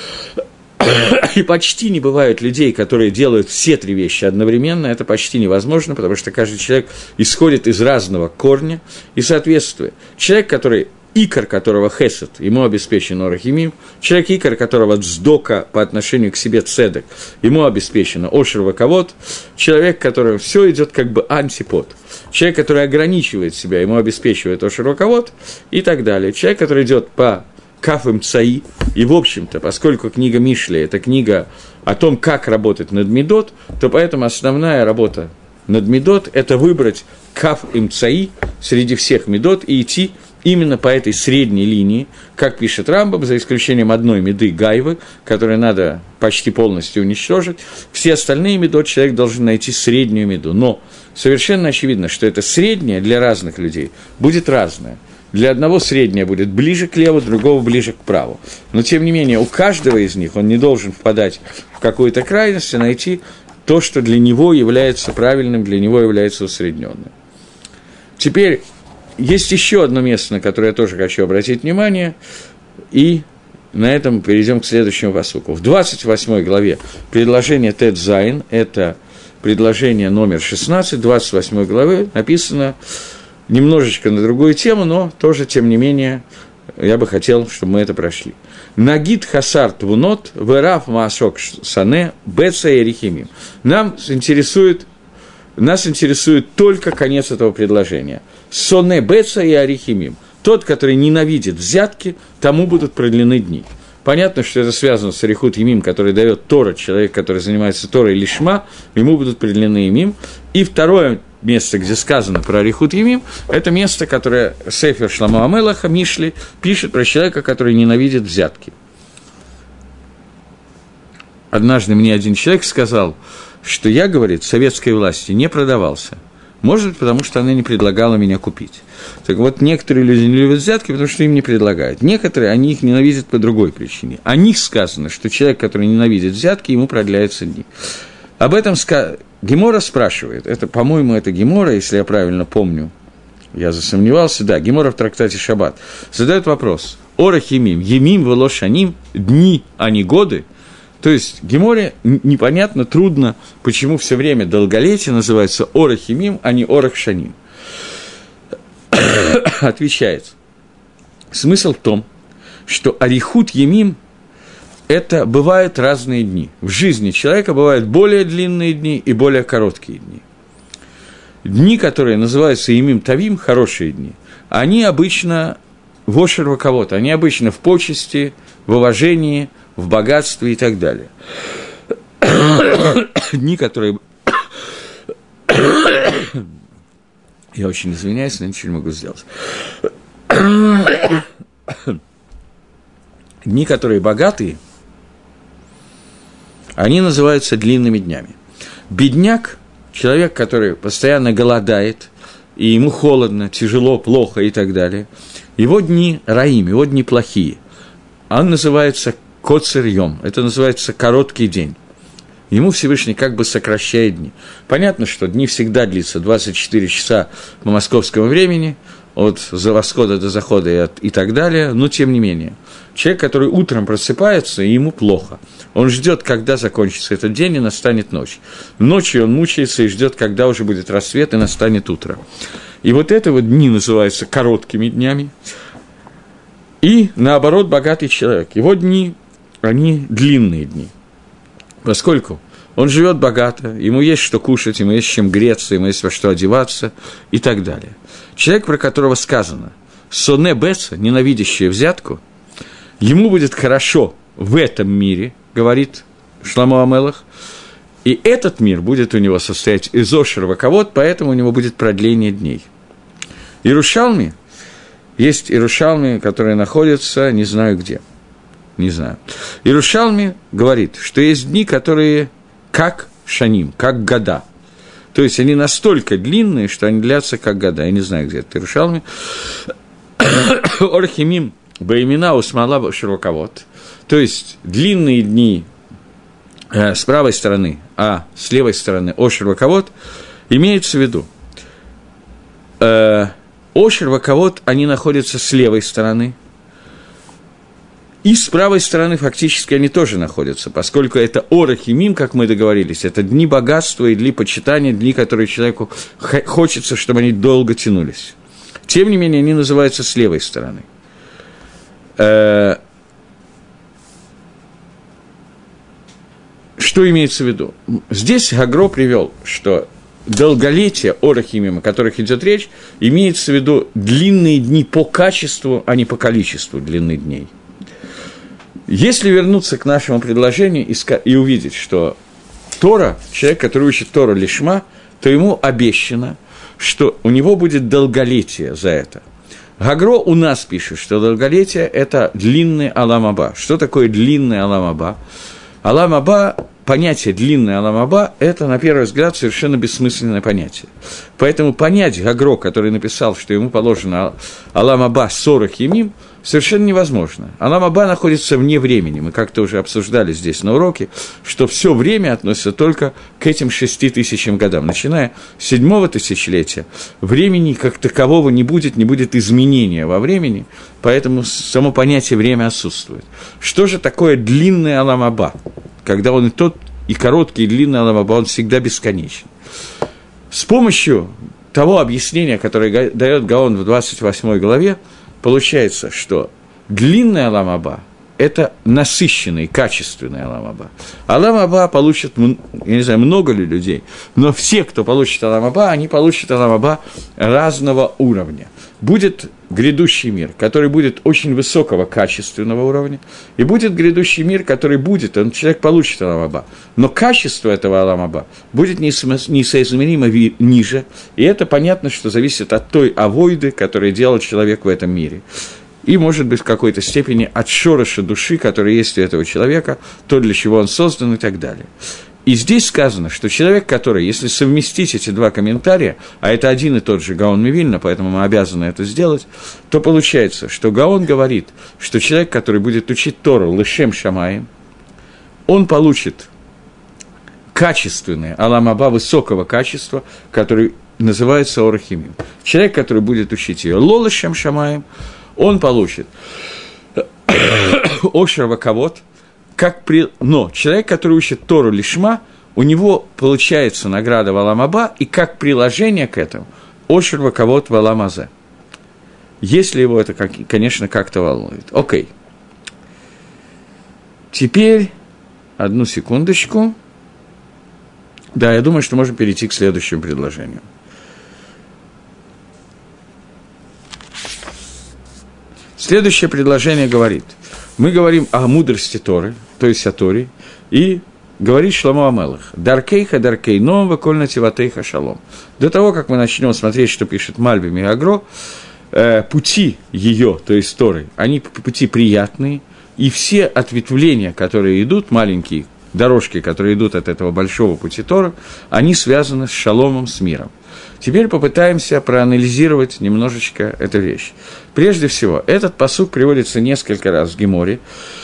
И почти не бывает людей, которые делают все три вещи одновременно, это почти невозможно, потому что каждый человек исходит из разного корня и соответствия. Человек, который, икор которого хесед, ему обеспечен орах ямим, человек, икор которого цдока по отношению к себе цедек, ему обеспечено ошер ваковод, человек, которого все идет как бы антипод, человек, который ограничивает себя, ему обеспечивает ошер ваковод и так далее, человек, который идет по Каф Цаи, и, в общем-то, поскольку книга Мишли – это книга о том, как работать над Медот, то поэтому основная работа над Медот – это выбрать Каф Цаи среди всех Медот и идти именно по этой средней линии, как пишет Рамбам, за исключением одной меды Гайвы, которую надо почти полностью уничтожить. Все остальные Медот человек должен найти среднюю меду. Но совершенно очевидно, что это средняя для разных людей будет разная. Для одного средняя будет ближе к леву, другого ближе к праву. Но, тем не менее, у каждого из них он не должен впадать в какую-то крайность и найти то, что для него является правильным, для него является усредненным. Теперь есть еще одно место, на которое я тоже хочу обратить внимание, и на этом перейдем к следующему пасуку. В 28 главе предложение Тет Зайн, это предложение номер 16, 28 главы, написано немножечко на другую тему, но тоже, тем не менее, я бы хотел, чтобы мы это прошли. Нагид хасар твунот, верав маашок сане, беца и рихимим. Нас интересует только конец этого предложения. Соне беца и арихимим. Тот, который ненавидит взятки, тому будут продлены дни. Понятно, что это связано с арихут ямим, который дает Тора, человек, который занимается Торой лишма, ему будут продлены ямим. И второе место, где сказано про арихут ямим, это место, которое Сефер Шломо ха-Мелеха, Мишли, пишет про человека, который ненавидит взятки. Однажды мне один человек сказал, что я, говорит, советской власти не продавался. Может быть, потому что она не предлагала меня купить. Так вот, некоторые люди не любят взятки, потому что им не предлагают. Некоторые, они их ненавидят по другой причине. О них сказано, что человек, который ненавидит взятки, ему продляются дни. Об этом Гемора спрашивает. Это, по-моему, это Гемора, если я правильно помню. Я засомневался. Да, Гемора в трактате Шаббат. Задает вопрос. Орах ямим, ямим вело шаним, дни, а не годы. То есть Геморе непонятно, трудно, почему все время долголетие называется Орах ямим, а не Орах шаним. Отвечает. Смысл в том, что арихут ямим – это бывают разные дни. В жизни человека бывают более длинные дни и более короткие дни. Дни, которые называются ямим тавим, хорошие дни, они обычно в ошер ваковод, они обычно в почести, в уважении, в богатстве и так далее. Дни, которые... Я очень извиняюсь, но ничего не могу сделать. Дни, которые богатые, они называются длинными днями. Бедняк, человек, который постоянно голодает, и ему холодно, тяжело, плохо и так далее, его дни раим, его дни плохие. Он называется коцер йом, это называется короткий день. Ему Всевышний как бы сокращает дни. Понятно, что дни всегда длятся 24 часа по московскому времени, от восхода до захода и так далее, но тем не менее. Человек, который утром просыпается, и ему плохо. Он ждет, когда закончится этот день, и настанет ночь. Ночью он мучается и ждет, когда уже будет рассвет, и настанет утро. И вот это вот дни называются короткими днями. И, наоборот, богатый человек. Его дни, они длинные дни. Поскольку он живет богато, ему есть что кушать, ему есть чем греться, ему есть во что одеваться и так далее. Человек, про которого сказано «соне беца», ненавидящий взятку, ему будет хорошо в этом мире, говорит Шломо ха-Мелех, И этот мир будет у него состоять из ошер ваковод, поэтому у него будет продление дней. Иерушалми, есть Иерушалми, которые находятся, не знаю где, не знаю. Иерушалми говорит, что есть дни, которые как шаним, как года. То есть они настолько длинные, что они длятся как года. Я не знаю, где это Иерушалми. Орхимим баимина усмала широковод. То есть длинные дни с правой стороны, а с левой стороны ошер ваковод, имеется в виду. Ошер ваковод, они находятся с левой стороны. И с правой стороны фактически они тоже находятся, поскольку это орах и мим, как мы договорились, это дни богатства и дни почитания, дни, которые человеку хочется, чтобы они долго тянулись. Тем не менее, они называются с левой стороны. Что имеется в виду? Здесь Гагро привел, что долголетие орах и мим, о которых идет речь, имеется в виду длинные дни по качеству, а не по количеству длинных дней. Если вернуться к нашему предложению и увидеть, что Тора, человек, который учит Тору лишма, то ему обещано, что у него будет долголетие за это. Гагро у нас пишет, что долголетие – это длинный Алам Аба. Что такое длинный Алам Аба? Алам Аба, понятие длинный Алам Аба – это, на первый взгляд, совершенно бессмысленное понятие. Поэтому понять Гагро, который написал, что ему положено Алам Аба 40 емим, совершенно невозможно. Алам Аба находится вне времени. Мы как-то уже обсуждали здесь на уроке, что все время относится только к этим 6000 годам. Начиная с 7-го тысячелетия, времени как такового не будет изменения во времени, поэтому само понятие «время» отсутствует. Что же такое длинный Алам Аба? Когда он и тот, и короткий, и длинный Алам Аба, он всегда бесконечен. С помощью того объяснения, которое дает Гаон в 28 главе, получается, что длинный Алам Аба – это насыщенный, качественный Алам Аба. Алам Аба получит, я не знаю, много ли людей, но все, кто получит Алам Аба, они получат Алам Аба разного уровня. Будет грядущий мир, который будет очень высокого качественного уровня, и будет грядущий мир, который будет, человек получит Алам Аба, но качество этого Алам Аба будет несоизмеримо ниже, и это понятно, что зависит от той авойды, которую делал человек в этом мире. И, может быть, в какой-то степени от шороша души, который есть у этого человека, то, для чего он создан и так далее. И здесь сказано, что человек, который, если совместить эти два комментария, а это один и тот же Гаон Мивильна, поэтому мы обязаны это сделать, то получается, что Гаон говорит, что человек, который будет учить Тору лешем шамаем, он получит качественный Алам Аба высокого качества, который называется орах емим. Человек, который будет учить ее ло лешем шамаем, он получит ошер ваковод, но человек, который учит Тору лишма, у него получается награда в Алам Аба, и как приложение к этому ошер ваковод в Алам Азе. Если его это, конечно, как-то волнует. Окей. Теперь, одну секундочку. Да, я думаю, что можем перейти к следующему предложению. Следующее предложение говорит, мы говорим о мудрости Торы, то есть о Торе, и говорит Шломо ха-Мелех, «Даркейха, даркей ном, векольна тиватейха шалом». До того, как мы начнем смотреть, что пишет Мальбим и Гагро, пути ее, то есть Торы, они пути приятные, и все ответвления, которые идут, маленькие дорожки, которые идут от этого большого пути Торы, они связаны с шаломом, с миром. Теперь попытаемся проанализировать немножечко эту вещь. Прежде всего, этот пасук приводится несколько раз в Геморе,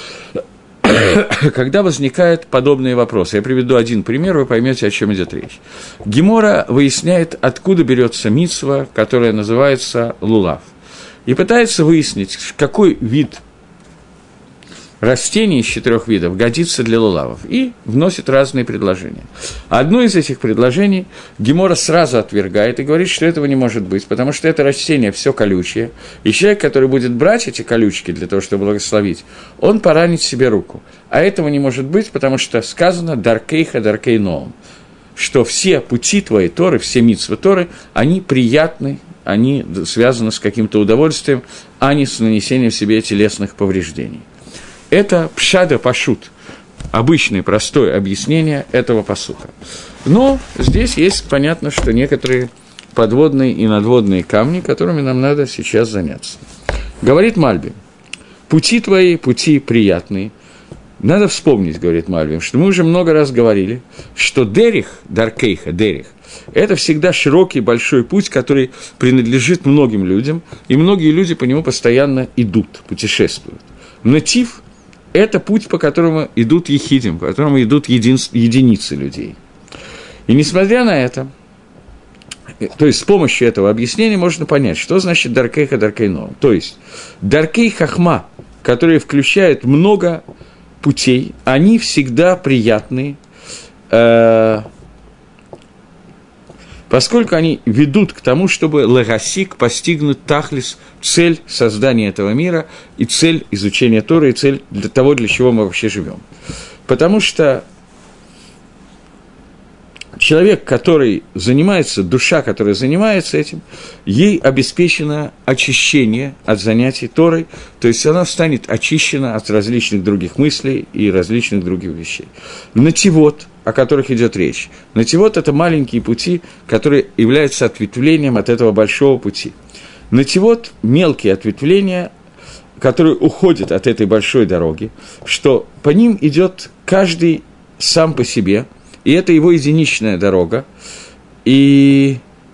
когда возникают подобные вопросы. Я приведу один пример, вы поймете, о чем идет речь. Гемора выясняет, откуда берется мицва, которая называется лулав, и пытается выяснить, какой вид растений из 4 видов годится для лулавов, и вносит разные предложения. Одно из этих предложений Гемора сразу отвергает и говорит, что этого не может быть, потому что это растение все колючее, и человек, который будет брать эти колючки для того, чтобы благословить, он поранит себе руку. А этого не может быть, потому что сказано «даркейха, даркей ноам», что все пути твоей Торы, все мицвы Торы, они приятны, они связаны с каким-то удовольствием, а не с нанесением себе телесных повреждений. Это пшада пашут. обычное, простое объяснение этого пасука. Но здесь есть, понятно, что некоторые подводные и надводные камни, которыми нам надо сейчас заняться. Говорит Мальбим: «Пути твои, пути приятные». Надо вспомнить, говорит Мальбим, что мы уже много раз говорили, что дерих, даркейха, дерих, это всегда широкий, большой путь, который принадлежит многим людям, и многие люди по нему постоянно идут, путешествуют. Натив – это путь, по которому идут ехидим, по которому идут единицы людей. И несмотря на это, то есть с помощью этого объяснения можно понять, что значит даркейха, даркейно. То есть даркей хахма, которые включают много путей, они всегда приятные, поскольку они ведут к тому, чтобы лагасик постигнуть тахлис, цель создания этого мира, и цель изучения Торы, и цель для того, для чего мы вообще живем. Потому что человек, который занимается, душа, которая занимается этим, ей обеспечено очищение от занятий Торой, то есть она станет очищена от различных других мыслей и различных других вещей. Нативот, о которых идет речь. Нативот – это маленькие пути, которые являются ответвлением от этого большого пути. Нативот – мелкие ответвления, которые уходят от этой большой дороги, что по ним идет каждый сам по себе, и это его единичная дорога, и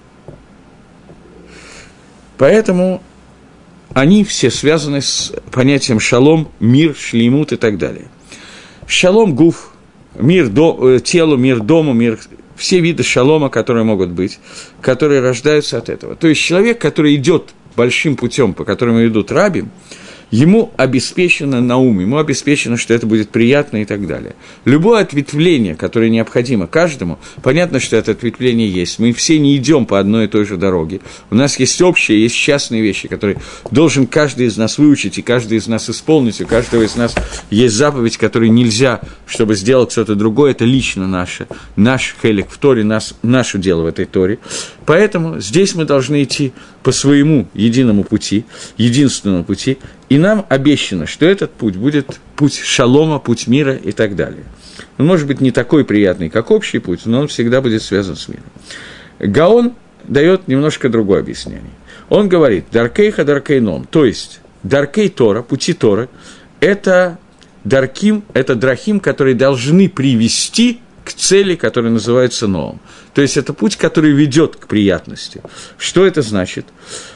поэтому они все связаны с понятием шалом, мир, шлеймут и так далее. Шалом – гуф, мир телу, мир дому, мир, все виды шалома, которые могут быть, которые рождаются от этого. То есть человек, который идет большим путем, по которому идут рабим, ему обеспечено на ум, ему обеспечено, что это будет приятно и так далее. Любое ответвление, которое необходимо каждому, понятно, что это ответвление есть. Мы все не идем по одной и той же дороге. У нас есть общие, есть частные вещи, которые должен каждый из нас выучить, и каждый из нас исполнить. У каждого из нас есть заповедь, которую нельзя, чтобы сделал кто-то другой. Это лично наше, наш хелик в Торе, наше дело в этой Торе. Поэтому здесь мы должны идти по своему единому пути, единственному пути, и нам обещано, что этот путь будет путь шалома, путь мира и так далее. Он может быть не такой приятный, как общий путь, но он всегда будет связан с миром. Гаон дает немножко другое объяснение. Он говорит: «Даркейха даркейном», то есть даркей Тора, пути Торы, это дарким, это драхим, которые должны привести к цели, которая называется новым. То есть это путь, который ведет к приятности. Что это значит?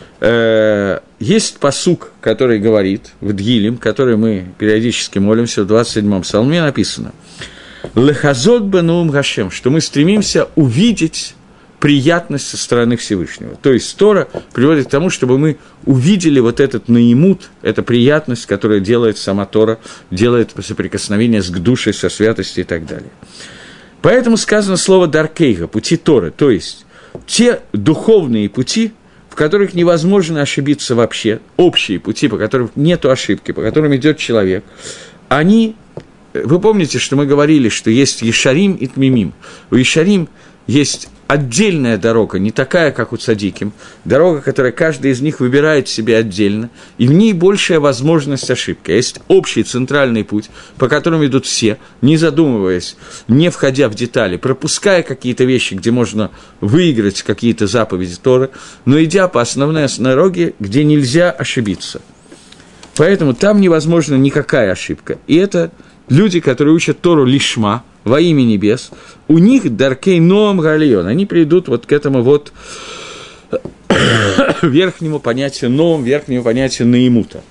Есть пасук, который говорит в Дгилем, который мы периодически молимся, в 27-м псалме написано: «Лехазот бенуум Гашем», что мы стремимся увидеть приятность со стороны Всевышнего. То есть Тора приводит к тому, чтобы мы увидели вот этот наимут, эту приятность, которая делает сама Тора, делает соприкосновение с душой, со святостью и так далее. Поэтому сказано слово «даркейга», пути Торы, то есть те духовные пути, в которых невозможно ошибиться вообще, общие пути, по которым нет ошибки, по которым идет человек, они, вы помните, что мы говорили, что есть Ешарим и Тмимим. У Ешарим есть отдельная дорога, не такая, как у цадиким, дорога, которую каждый из них выбирает себе отдельно, и в ней большая возможность ошибки. Есть общий центральный путь, по которому идут все, не задумываясь, не входя в детали, пропуская какие-то вещи, где можно выиграть какие-то заповеди Торы, но идя по основной дороге, где нельзя ошибиться. Поэтому там невозможна никакая ошибка. И это люди, которые учат Тору лишма, во имя небес, у них даркей ноам галион, они придут вот к этому вот верхнему понятию ноам, верхнему понятию наимута.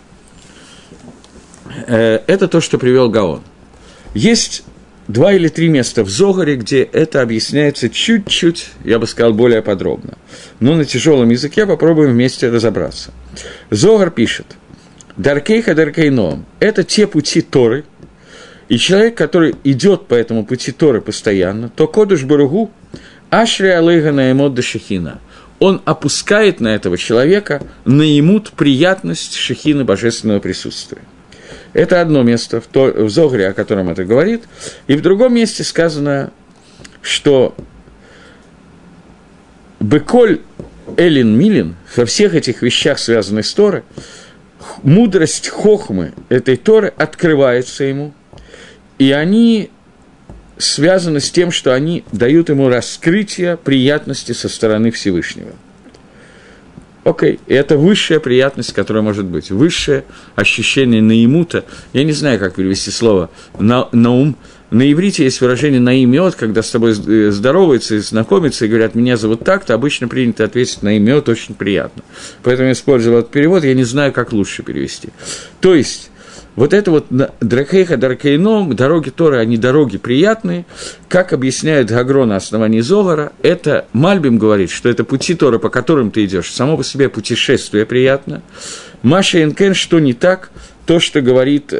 Это то, что привел Гаон. Есть 2 или 3 места в Зогаре, где это объясняется чуть-чуть, я бы сказал, более подробно. Но на тяжелом языке попробуем вместе разобраться. Зогар пишет: «Даркейха даркей ноам» – это те пути Торы. И человек, который идет по этому пути Торы постоянно, то Кодуш Баругу Ашри Алейга Наэмот Дашехина, он опускает на этого человека наимут приятность шехины божественного присутствия. Это одно место в Зогре, о котором это говорит. И в другом месте сказано, что Беколь Элин Милин, во всех этих вещах, связанных с Торой, мудрость хохмы этой Торы открывается ему, и они связаны с тем, что они дают ему раскрытие приятности со стороны Всевышнего. Окей, и это высшая приятность, которая может быть. Высшее ощущение наимута. Я не знаю, как перевести слово наум. На иврите есть выражение наимет, когда с тобой здороваются и знакомятся, и говорят, меня зовут так-то, обычно принято ответить наимет, очень приятно. Поэтому я использовал этот перевод, я не знаю, как лучше перевести. То есть, вот это вот дракейха, даркейном, дороги Торы, они дороги приятные, как объясняет Гагро на основании Зогара, это Мальбим говорит, что это пути Торы, по которым ты идешь, само по себе путешествие приятно. Маша Энкен, что не так, то, что говорит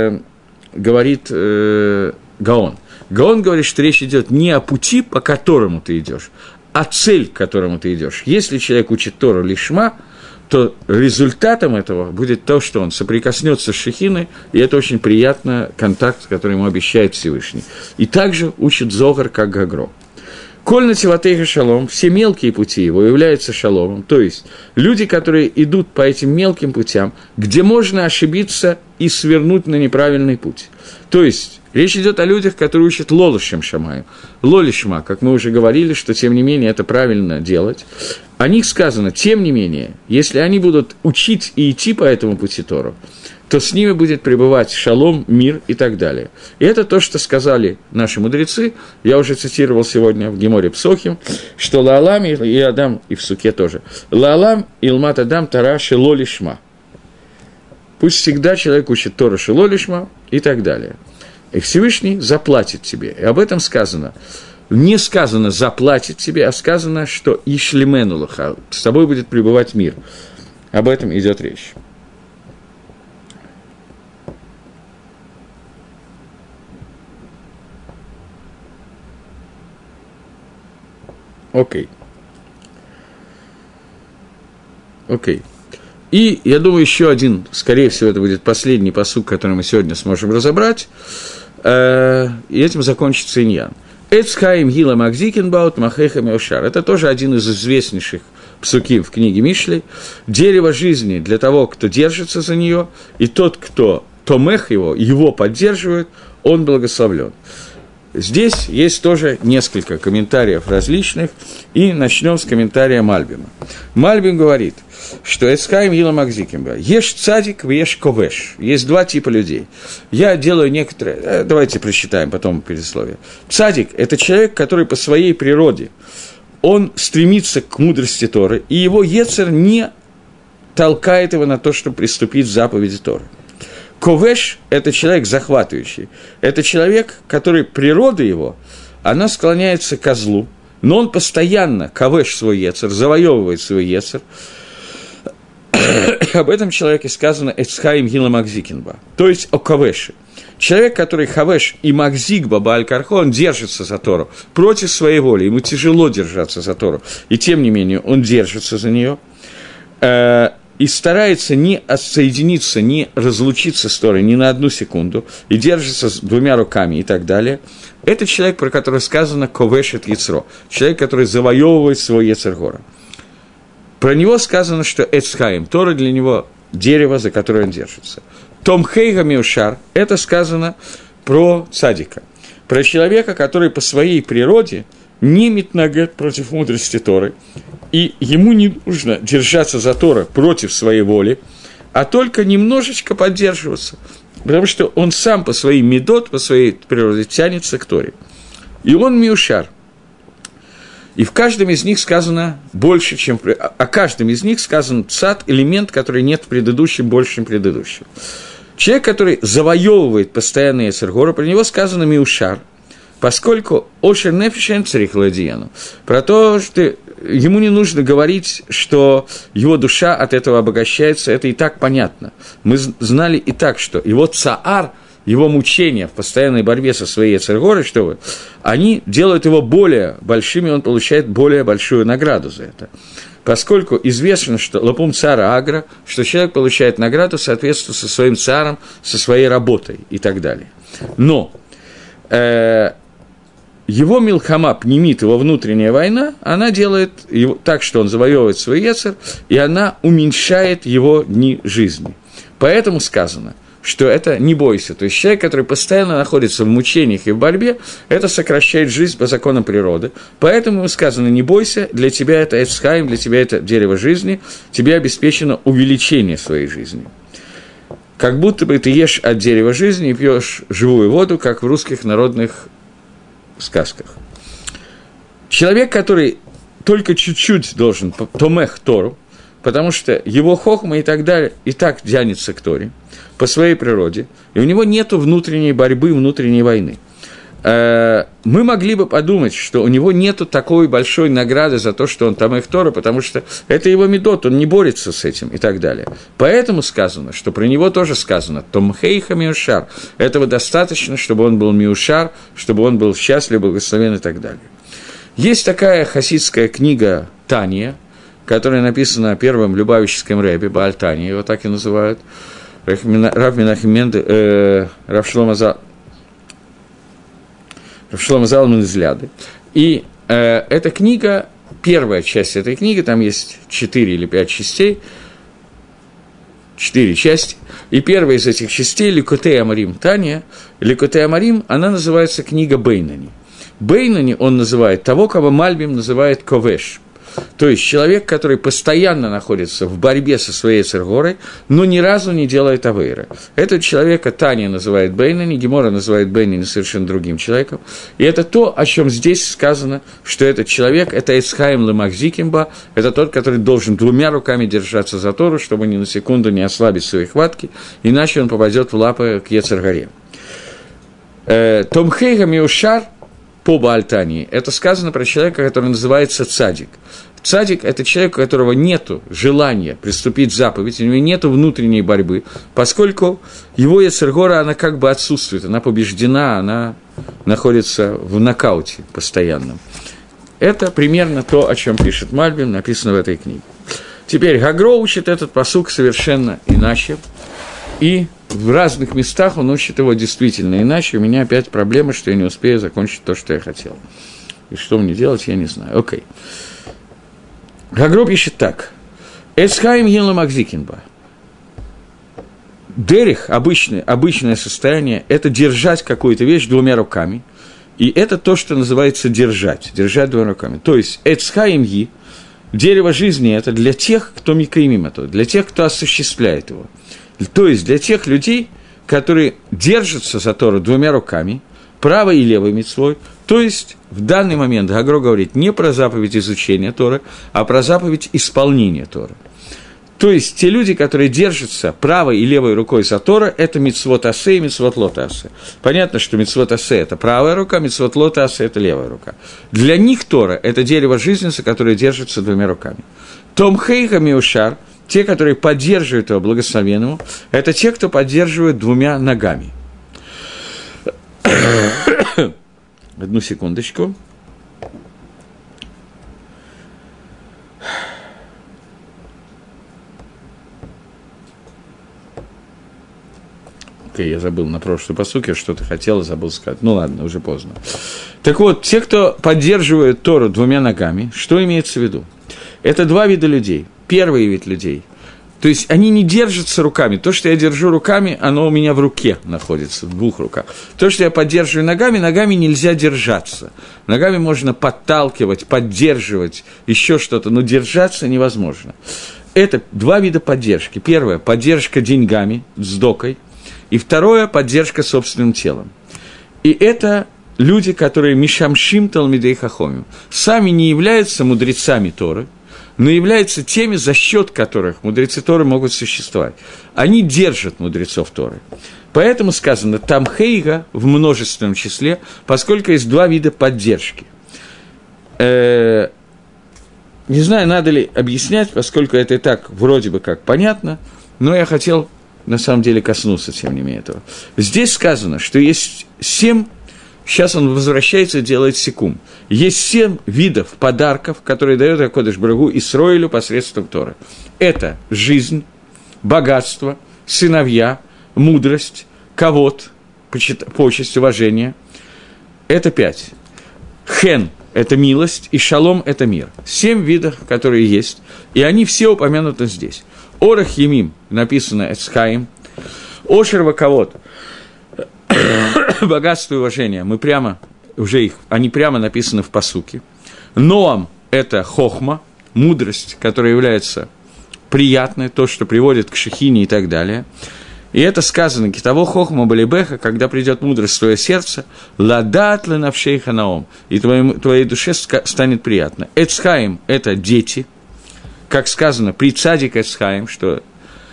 Гаон. Гаон говорит, что речь идет не о пути, по которому ты идешь, а цель, к которому ты идешь. Если человек учит Тору лишма, то результатом этого будет то, что он соприкоснется с Шехиной, и это очень приятный контакт, который ему обещает Всевышний. И также учит Зогар, как Гагро. Коль на тиватейха шалом, все мелкие пути его являются шаломом, то есть люди, которые идут по этим мелким путям, где можно ошибиться и свернуть на неправильный путь. То есть речь идет о людях, которые учат лолошем шамаю. Лолишма, как мы уже говорили, что тем не менее это правильно делать. О них сказано, тем не менее, если они будут учить и идти по этому пути Тору, то с ними будет пребывать шалом, мир и так далее. И это то, что сказали наши мудрецы, я уже цитировал сегодня в Геморе Псохим, что Лаалам и Адам, и в Суке тоже, Лаалам илмат Адам тара шело лишма. Пусть всегда человек учит Тору шело лишма и так далее. И Всевышний заплатит тебе. И об этом сказано. Не сказано «заплатит тебе», а сказано, что «ишлимену лаха», с тобой будет пребывать мир. Об этом идет речь. Окей. И я думаю, еще один, скорее всего, это будет последний пасук, который мы сегодня сможем разобрать, и этим закончится иньян. Эцхаим гила магдикенбаут махеха меошар. Это тоже один из известнейших псуким в книге Мишли. Дерево жизни для того, кто держится за нее, и тот, кто томех его поддерживает, он благословлен. Здесь есть тоже несколько комментариев различных, и начнем с комментария Мальбима. Мальбим говорит, что «Эцхаим гила магдикенба» «Еш цадик, еш ковеш». Есть два типа людей. Я делаю некоторые... Давайте прочитаем потом предисловие. Цадик – это человек, который по своей природе, он стремится к мудрости Торы, и его ецер не толкает его на то, чтобы приступить к заповеди Торы. Ковеш – это человек захватывающий. Это человек, который природа его, она склоняется к злу, но он постоянно ковеш свой ецер, завоевывает свой ецер. Об этом человеке сказано «Эцхаим гила магдикенба», то есть о ковеше. Человек, который хавеш и магдикба бааль-кархо, он держится за Тору против своей воли, ему тяжело держаться за Тору, и тем не менее он держится за нее, и старается не отсоединиться, не разлучиться с Торой ни на одну секунду, и держится с двумя руками и так далее. Это человек, про которого сказано «ковешет яцро», человек, который завоевывает свой яцергора. Про него сказано, что Эцхаим, Тора для него дерево, за которое он держится. Том Хейга Миушар, это сказано про цадика, про человека, который по своей природе не митнагет против мудрости Торы, и ему не нужно держаться за Тору против своей воли, а только немножечко поддерживаться, потому что он сам по своей медот, по своей природе тянется к Торе. И он Миушар. И в каждом из них сказано больше, чем... О каждом из них сказан цад, элемент, который нет в предыдущем, больше, чем в предыдущем. Человек, который завоевывает постоянно яцер-гора, про него сказано «миушар», поскольку «ошер нефишен царих ладиену», про то, что ему не нужно говорить, что его душа от этого обогащается, это и так понятно. Мы знали и так, что его цаар, его мучения в постоянной борьбе со своей яцер-горой, они делают его более большим, и он получает более большую награду за это. Поскольку известно, что лапум цара агра, что человек получает награду в соответствии со своим царом, со своей работой и так далее. Но его милхама, пнемит, его внутренняя война, она делает его так, что он завоевывает свой ецер, и она уменьшает его дни жизни. Поэтому сказано, что это не бойся. То есть человек, который постоянно находится в мучениях и в борьбе, это сокращает жизнь по законам природы. Поэтому ему сказано, не бойся, для тебя это Эцхайм, для тебя это дерево жизни, тебе обеспечено увеличение своей жизни. Как будто бы ты ешь от дерева жизни и пьешь живую воду, как в русских народных сказках. Человек, который только чуть-чуть должен томех Тору, потому что его хохма и так далее и так тянется к Торе по своей природе, и у него нет внутренней борьбы, внутренней войны. Мы могли бы подумать, что у него нет такой большой награды за то, что он томех Тора, потому что это его медот, он не борется с этим и так далее. Поэтому сказано, что про него тоже сказано «Томхейха миушар». Этого достаточно, чтобы он был миушар, чтобы он был счастлив, благословен и так далее. Есть такая хасидская книга «Тания», которая написана первым любавическим рэбби, Бааль Тания, его так и называют, Рав Менахем Мендель, Рав Шломо Залман из Ляды. И эта книга, первая часть этой книги, там есть 4 или 5 частей, 4 части, и первая из этих частей, Ликутей Амарим Тания, Ликутей Амарим, она называется книга Бейнани. Бейнани он называет того, кого Мальбим называет Ковеш. То есть человек, который постоянно находится в борьбе со своей цергорой, но ни разу не делает авейры. Этого человека Таня называет Бейнани, Гемора называет Бейнани совершенно другим человеком. И это то, о чем здесь сказано, что этот человек, это Эцхайм Ламахзикимба, это тот, который должен 2 руками держаться за Тору, чтобы ни на секунду не ослабить свои хватки, иначе он попадет в лапы к Ецер-горе. Томхейга Миушар по Бааль Тании, это сказано про человека, который называется цадик. Цадик – это человек, у которого нет желания приступить к заповеди, у него нет внутренней борьбы, поскольку его Ецер-гора, она как бы отсутствует, она побеждена, она находится в нокауте постоянном. Это примерно то, о чем пишет Мальбим, написано в этой книге. Теперь Гагро учит этот пасук совершенно иначе, и в разных местах он учит его действительно иначе. У меня опять проблема, что я не успею закончить то, что я хотел. И что мне делать, я не знаю. Окей. Гагро пишет так. Эцхайм гинла макзикинба. Дерих, обычное состояние, это держать какую-то вещь 2 руками. И это то, что называется держать 2 руками. То есть Эцхайм ги, дерево жизни, это для тех, кто микаимим это, для тех, кто осуществляет его. То есть для тех людей, которые держатся за Тору 2 руками, правой и левой мицвой, то есть в данный момент Гагро говорит не про заповедь изучения Торы, а про заповедь исполнения Торы. То есть те люди, которые держатся правой и левой рукой за Тора, это мицвот асе и мицвот лот асе. Понятно, что мицвот асе – это правая рука, мицвот лот асе – это левая рука. Для них Тора – это дерево жизни, за которое держатся 2 руками. Том хейха миушар – те, которые поддерживают его благословенному, это те, кто поддерживает 2 ногами. Одну секундочку. Окей, я забыл на прошлой пасуке, что-то хотел, забыл сказать. Ну ладно, уже поздно. Так вот, те, кто поддерживает Тору 2 ногами, что имеется в виду? Это 2 вида людей. Первый вид людей. То есть они не держатся руками. То, что я держу руками, оно у меня в руке находится, в 2 руках. То, что я поддерживаю ногами, ногами нельзя держаться. Ногами можно подталкивать, поддерживать, еще что-то, но держаться невозможно. Это 2 вида поддержки. Первое – поддержка деньгами, сдокой. И второе – поддержка собственным телом. И это люди, которые мишамшим талмидей хахомим, сами не являются мудрецами Торы, но являются теми, за счет которых мудрецы Торы могут существовать. Они держат мудрецов Торы. Поэтому сказано «там хейга» в множественном числе, поскольку есть 2 вида поддержки. Не знаю, надо ли объяснять, поскольку это и так вроде бы как понятно, но я хотел на самом деле коснуться, тем не менее, этого. Здесь сказано, что есть 7. Сейчас он возвращается и делает секум. Есть 7 видов подарков, которые дает Акодыш Барух Ху Исроилю посредством Торы. Это жизнь, богатство, сыновья, мудрость, кавод, почесть, уважение. Это 5. Хен – это милость, и шалом – это мир. 7 видов, которые есть, и они все упомянуты здесь. Орах Емим написано Эцхайм, Ошер ваковод, богатство и уважение, мы прямо, уже их, они прямо написаны в пасуке. Ноам – это хохма, мудрость, которая является приятной, то, что приводит к шехине и так далее. И это сказано, китаво хохма балибеха, когда придет мудрость в твое сердце, ладат ленавшей ханаом, и твоей душе станет приятно. Эцхаим – это дети, как сказано, при цадик эцхаим, что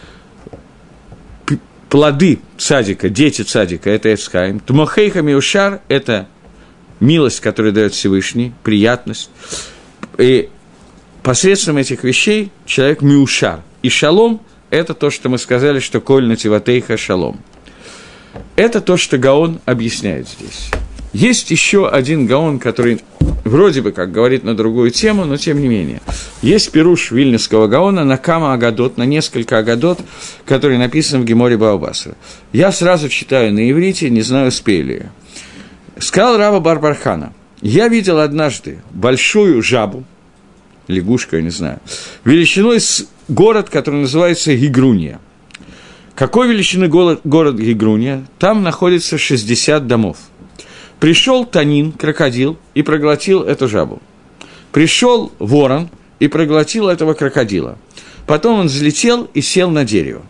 плоды цадика, дети цадика – это эцхаим. Тмохейха миушар – это милость, которую дает Всевышний, приятность. И посредством этих вещей человек миушар. И шалом – это то, что мы сказали, что коль нативатейха шалом. Это то, что Гаон объясняет здесь. Есть еще один Гаон, который вроде бы как говорит на другую тему, но тем не менее. Есть пируш вильнюсского Гаона на Кама Агадот, на несколько Агадот, которые написаны в Геморе Бава Басра. Я сразу читаю на иврите, не знаю, успею ли я. Сказал Рава бар-бар-Хана: я видел однажды большую жабу, лягушку, я не знаю, величиной с город, который называется Гигруния. Какой величины город Гигруния? Там находится 60 домов. Пришел Танин, крокодил, и проглотил эту жабу. Пришел ворон и проглотил этого крокодила. Потом он взлетел и сел на дерево.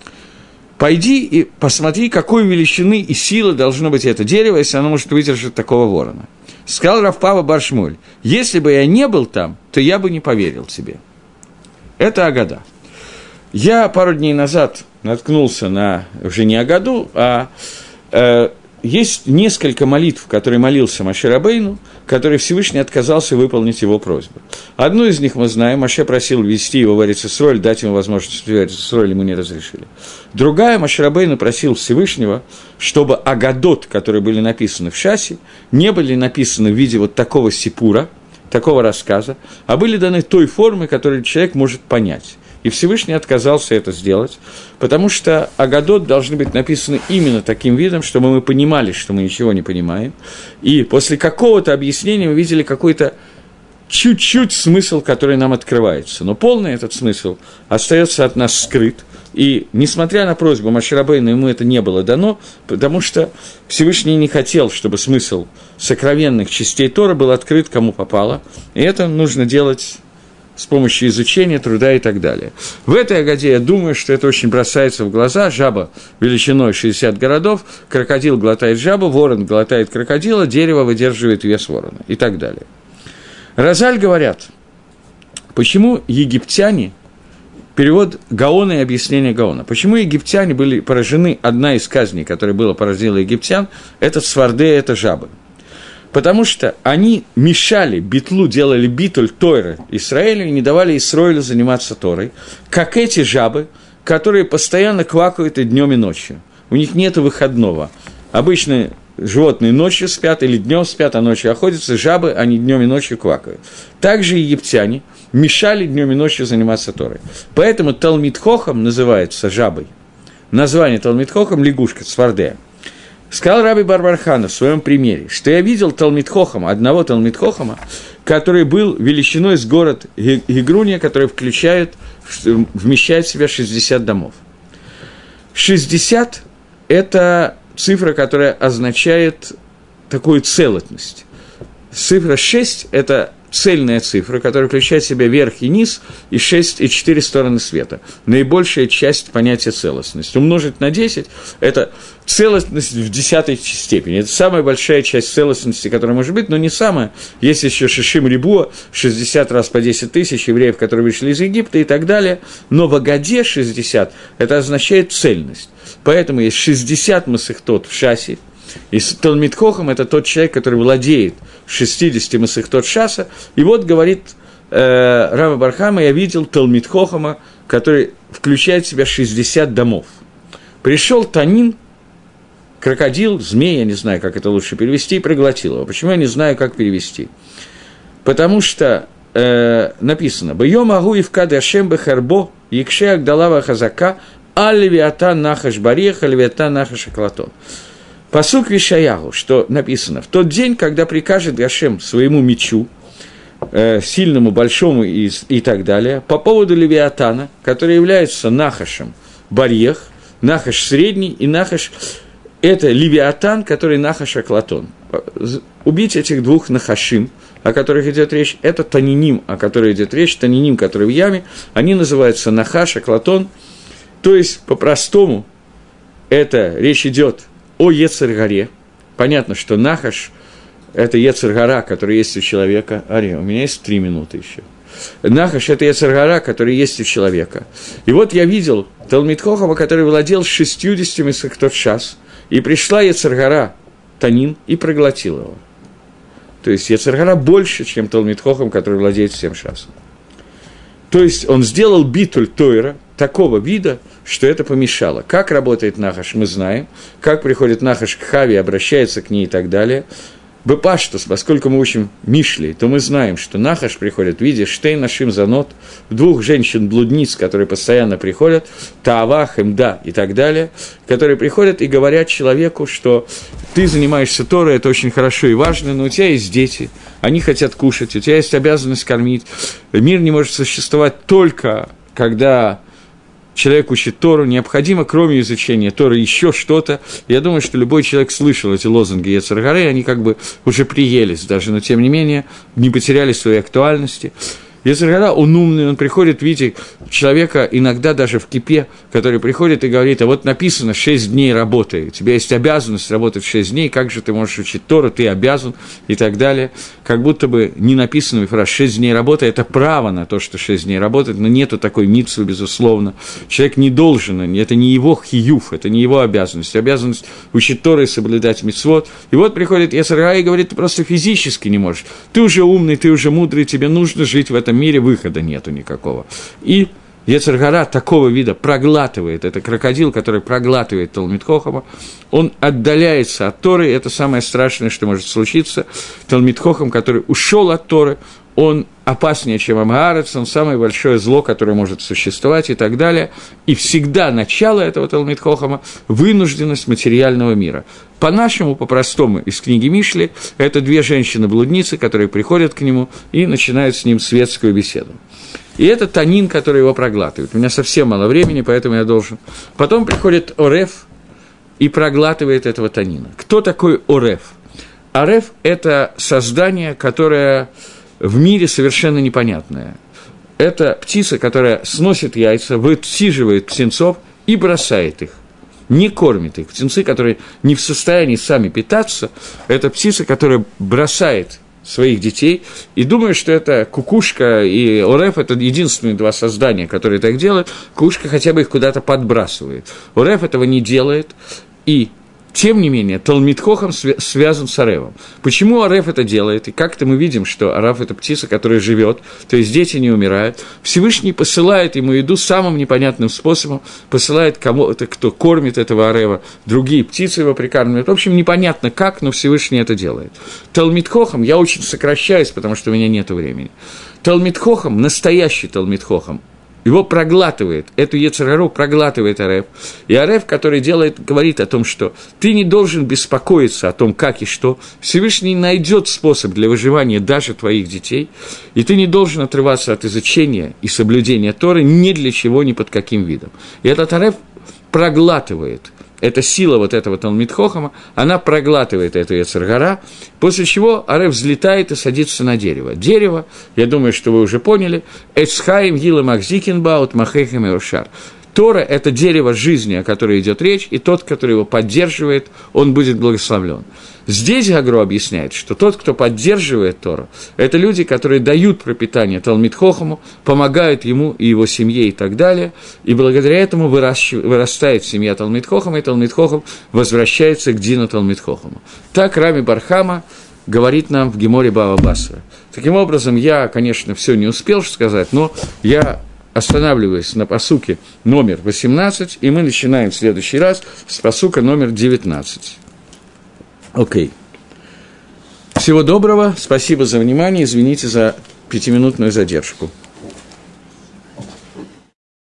Пойди и посмотри, какой величины и силы должно быть это дерево, если оно может выдержать такого ворона. Сказал Рав Пава бар Шмуль: если бы я не был там, то я бы не поверил тебе. Это Агада. Я пару дней назад наткнулся на, уже не Агаду, а есть несколько молитв, которые молился Моше Рабейну, который Всевышний отказался выполнить его просьбу. Одну из них мы знаем, Моше просил ввести его в Эрец-Исроэль, дать ему возможность в Эрец-Исроэль, ему не разрешили. Другая, Моше Рабейну просил Всевышнего, чтобы Агадот, которые были написаны в Шасе, не были написаны в виде вот такого сипура, такого рассказа, а были даны той формы, которую человек может понять. И Всевышний отказался это сделать, потому что Агадот должны быть написаны именно таким видом, чтобы мы понимали, что мы ничего не понимаем. И после какого-то объяснения мы видели какой-то чуть-чуть смысл, который нам открывается. Но полный этот смысл остается от нас скрыт. И, несмотря на просьбу Моше Рабейну, ему это не было дано, потому что Всевышний не хотел, чтобы смысл сокровенных частей Торы был открыт кому попало. И это нужно делать с помощью изучения, труда и так далее. В этой Агаде я думаю, что это очень бросается в глаза. Жаба величиной 60 городов, крокодил глотает жабу, ворон глотает крокодила, дерево выдерживает вес ворона и так далее. Разаль говорят, почему египтяне, перевод Гаона и объяснение Гаона, почему египтяне были поражены, одна из казней, которая была поразила египтян, это свардея, это жабы. Потому что они мешали битлу, делали битуль Тойры Исраилю и не давали Исраилю заниматься Торой, как эти жабы, которые постоянно квакают и днем, и ночью. У них нет выходного. Обычно животные ночью спят или днем спят, а ночью охотятся, жабы, они днем и ночью квакают. Также египтяне мешали днем и ночью заниматься Торой. Поэтому Талмид Хохам называется жабой. Название Талмид Хохам – лягушка, свардея. Сказал Раби бар-бар-Хана в своем примере, что я видел Талмид Хохама, одного Талмид Хохама, который был величиной с город Гигруния, который вмещает в себя 60 домов. 60 – это цифра, которая означает такую целостность. Цифра 6 – это цельная цифра, которая включает в себя верх и низ, и 6, и 4 стороны света. Наибольшая часть понятия целостности. Умножить на 10 – это целостность в 10-й степени. Это самая большая часть целостности, которая может быть, но не самая. Есть еще Шишим Рибуа, 60 раз по 10 тысяч евреев, которые вышли из Египта и так далее. Но в Агаде 60 – это означает цельность. Поэтому есть 60 масехтот в Шасе. И Талмид Хохам – это тот человек, который владеет 60 масехтот Шаса. И вот говорит Рава бар-Хана: я видел Талмид Хохама, который включает в себя 60 домов. Пришел Танин, крокодил, змей, я не знаю, как это лучше перевести, и проглотил его. Почему я не знаю, как перевести? Потому что написано: «Б'йом агу ивкад Ашем бехарбо, якше агдалава хазака, аль-левиатан нахаш барех, аль-левиатан нахаш аклатон». Пасук Вишаягу, что написано: в тот день, когда прикажет Гашем своему мечу, сильному, большому и так далее, по поводу Левиатана, который является Нахашем Барьех, Нахаш средний и Нахаш – это Левиатан, который Нахаш Аклатон. Убить этих двух Нахашим, о которых идет речь, это Таниним, о которых идет речь, Таниним, который в яме, они называются Нахаш Аклатон. То есть, по-простому, это речь идет о Ецер-Гаре. Понятно, что Нахаш – это Ецер-Гара, который есть у человека. Ари, у меня есть 3 минуты еще. Нахаш – это Ецер-Гара, который есть у человека. И вот я видел Талмид Хохама, который владел 60 месахтот шас, и пришла Ецер-Гара, Танин, и проглотила его. То есть Ецер-Гара больше, чем Талмид Хохам, который владеет всем шасом. То есть он сделал битуль Тойра такого вида, что это помешало. Как работает Нахаш, мы знаем. Как приходит Нахаш к Хаве, обращается к ней и так далее. Бепаштус, поскольку мы учим Мишли, то мы знаем, что Нахаш приходит в виде Штей Нашим Занот, 2 женщин-блудниц, которые постоянно приходят, Таава, Хемда и так далее, которые приходят и говорят человеку, что ты занимаешься Торой, это очень хорошо и важно, но у тебя есть дети, они хотят кушать, у тебя есть обязанность кормить. Мир не может существовать только когда человек учит Тору, необходимо, кроме изучения Торы, еще что-то. Я думаю, что любой человек слышал эти лозунги Ецер-Гары, они как бы уже приелись даже, но тем не менее не потеряли своей актуальности. Ецер-Гара, он умный, он приходит в виде человека, иногда даже в кипе, который приходит и говорит, а вот написано 6 дней работы, у тебя есть обязанность работать 6 дней, как же ты можешь учить Тору, ты обязан и так далее. Как будто бы не написано фраза 6 дней работы, это право на то, что 6 дней работать, но нету такой мицвы, безусловно. Человек не должен, это не его хиюф, это не его обязанность учить Тору и соблюдать мицвот. И вот приходит Ецер-Гара и говорит, ты просто физически не можешь, ты уже умный, ты уже мудрый, тебе нужно жить в этом мире, выхода нету никакого. И Ецер-Гара такого вида проглатывает, это крокодил, который проглатывает Талмид Хохама, он отдаляется от Торы, это самое страшное, что может случиться. Талмид Хохам, который ушел от Торы, он опаснее, чем Ам-Гаарец, он самое большое зло, которое может существовать и так далее. И всегда начало этого Талмид Хохама – вынужденность материального мира. По-нашему, по-простому, из книги Мишли, это 2 женщины-блудницы, которые приходят к нему и начинают с ним светскую беседу. И это Танин, который его проглатывает. У меня совсем мало времени, поэтому я должен. Потом приходит Ореф и проглатывает этого Танина. Кто такой Ореф? Ореф – это создание, которое в мире совершенно непонятное. Это птица, которая сносит яйца, высиживает птенцов и бросает их. Не кормит их. Птенцы, которые не в состоянии сами питаться, это птица, которая бросает своих детей, и думаю, что это кукушка и Ореф – это единственные 2 создания, которые так делают. Кукушка хотя бы их куда-то подбрасывает. Ореф этого не делает, и тем не менее Талмид Хохам связан с Орефом. Почему Ореф это делает? И как-то мы видим, что Ореф – это птица, которая живет, то есть дети не умирают. Всевышний посылает ему еду самым непонятным способом, посылает кому-то, кто кормит этого Орефа, другие птицы его прикармливают. В общем, непонятно как, но Всевышний это делает. Талмид Хохам, я очень сокращаюсь, потому что у меня нет времени. Талмид Хохам, настоящий Талмид Хохам, его проглатывает, эту Ецер-Гару проглатывает Ореф. И Ореф, который говорит о том, что ты не должен беспокоиться о том, как и что, Всевышний найдет способ для выживания даже твоих детей, и ты не должен отрываться от изучения и соблюдения Торы ни для чего, ни под каким видом. И этот Ореф проглатывает. Эта сила вот этого Талмид Хохама, она проглатывает эту Ецер-Гара, после чего Ореф взлетает и садится на дерево. Дерево, я думаю, что вы уже поняли, Эцхаим Гила Махзикинбаут Махехем и Ошар. Тора – это дерево жизни, о которой идет речь, и тот, который его поддерживает, он будет благословлен. Здесь Гагро объясняет, что тот, кто поддерживает Тору, это люди, которые дают пропитание Талмид Хохаму, помогают ему и его семье и так далее, и благодаря этому вырастает семья Талмид Хохама, и Талмид Хохам возвращается к Дину Талмид Хохаму. Так Рами Бархама говорит нам в Геморе Бава Басра. Таким образом, я, конечно, все не успел сказать, но я останавливаюсь на пасуке номер 18, и мы начинаем в следующий раз с пасука номер 19. Окей. Всего доброго, спасибо за внимание, извините за 5-минутную задержку.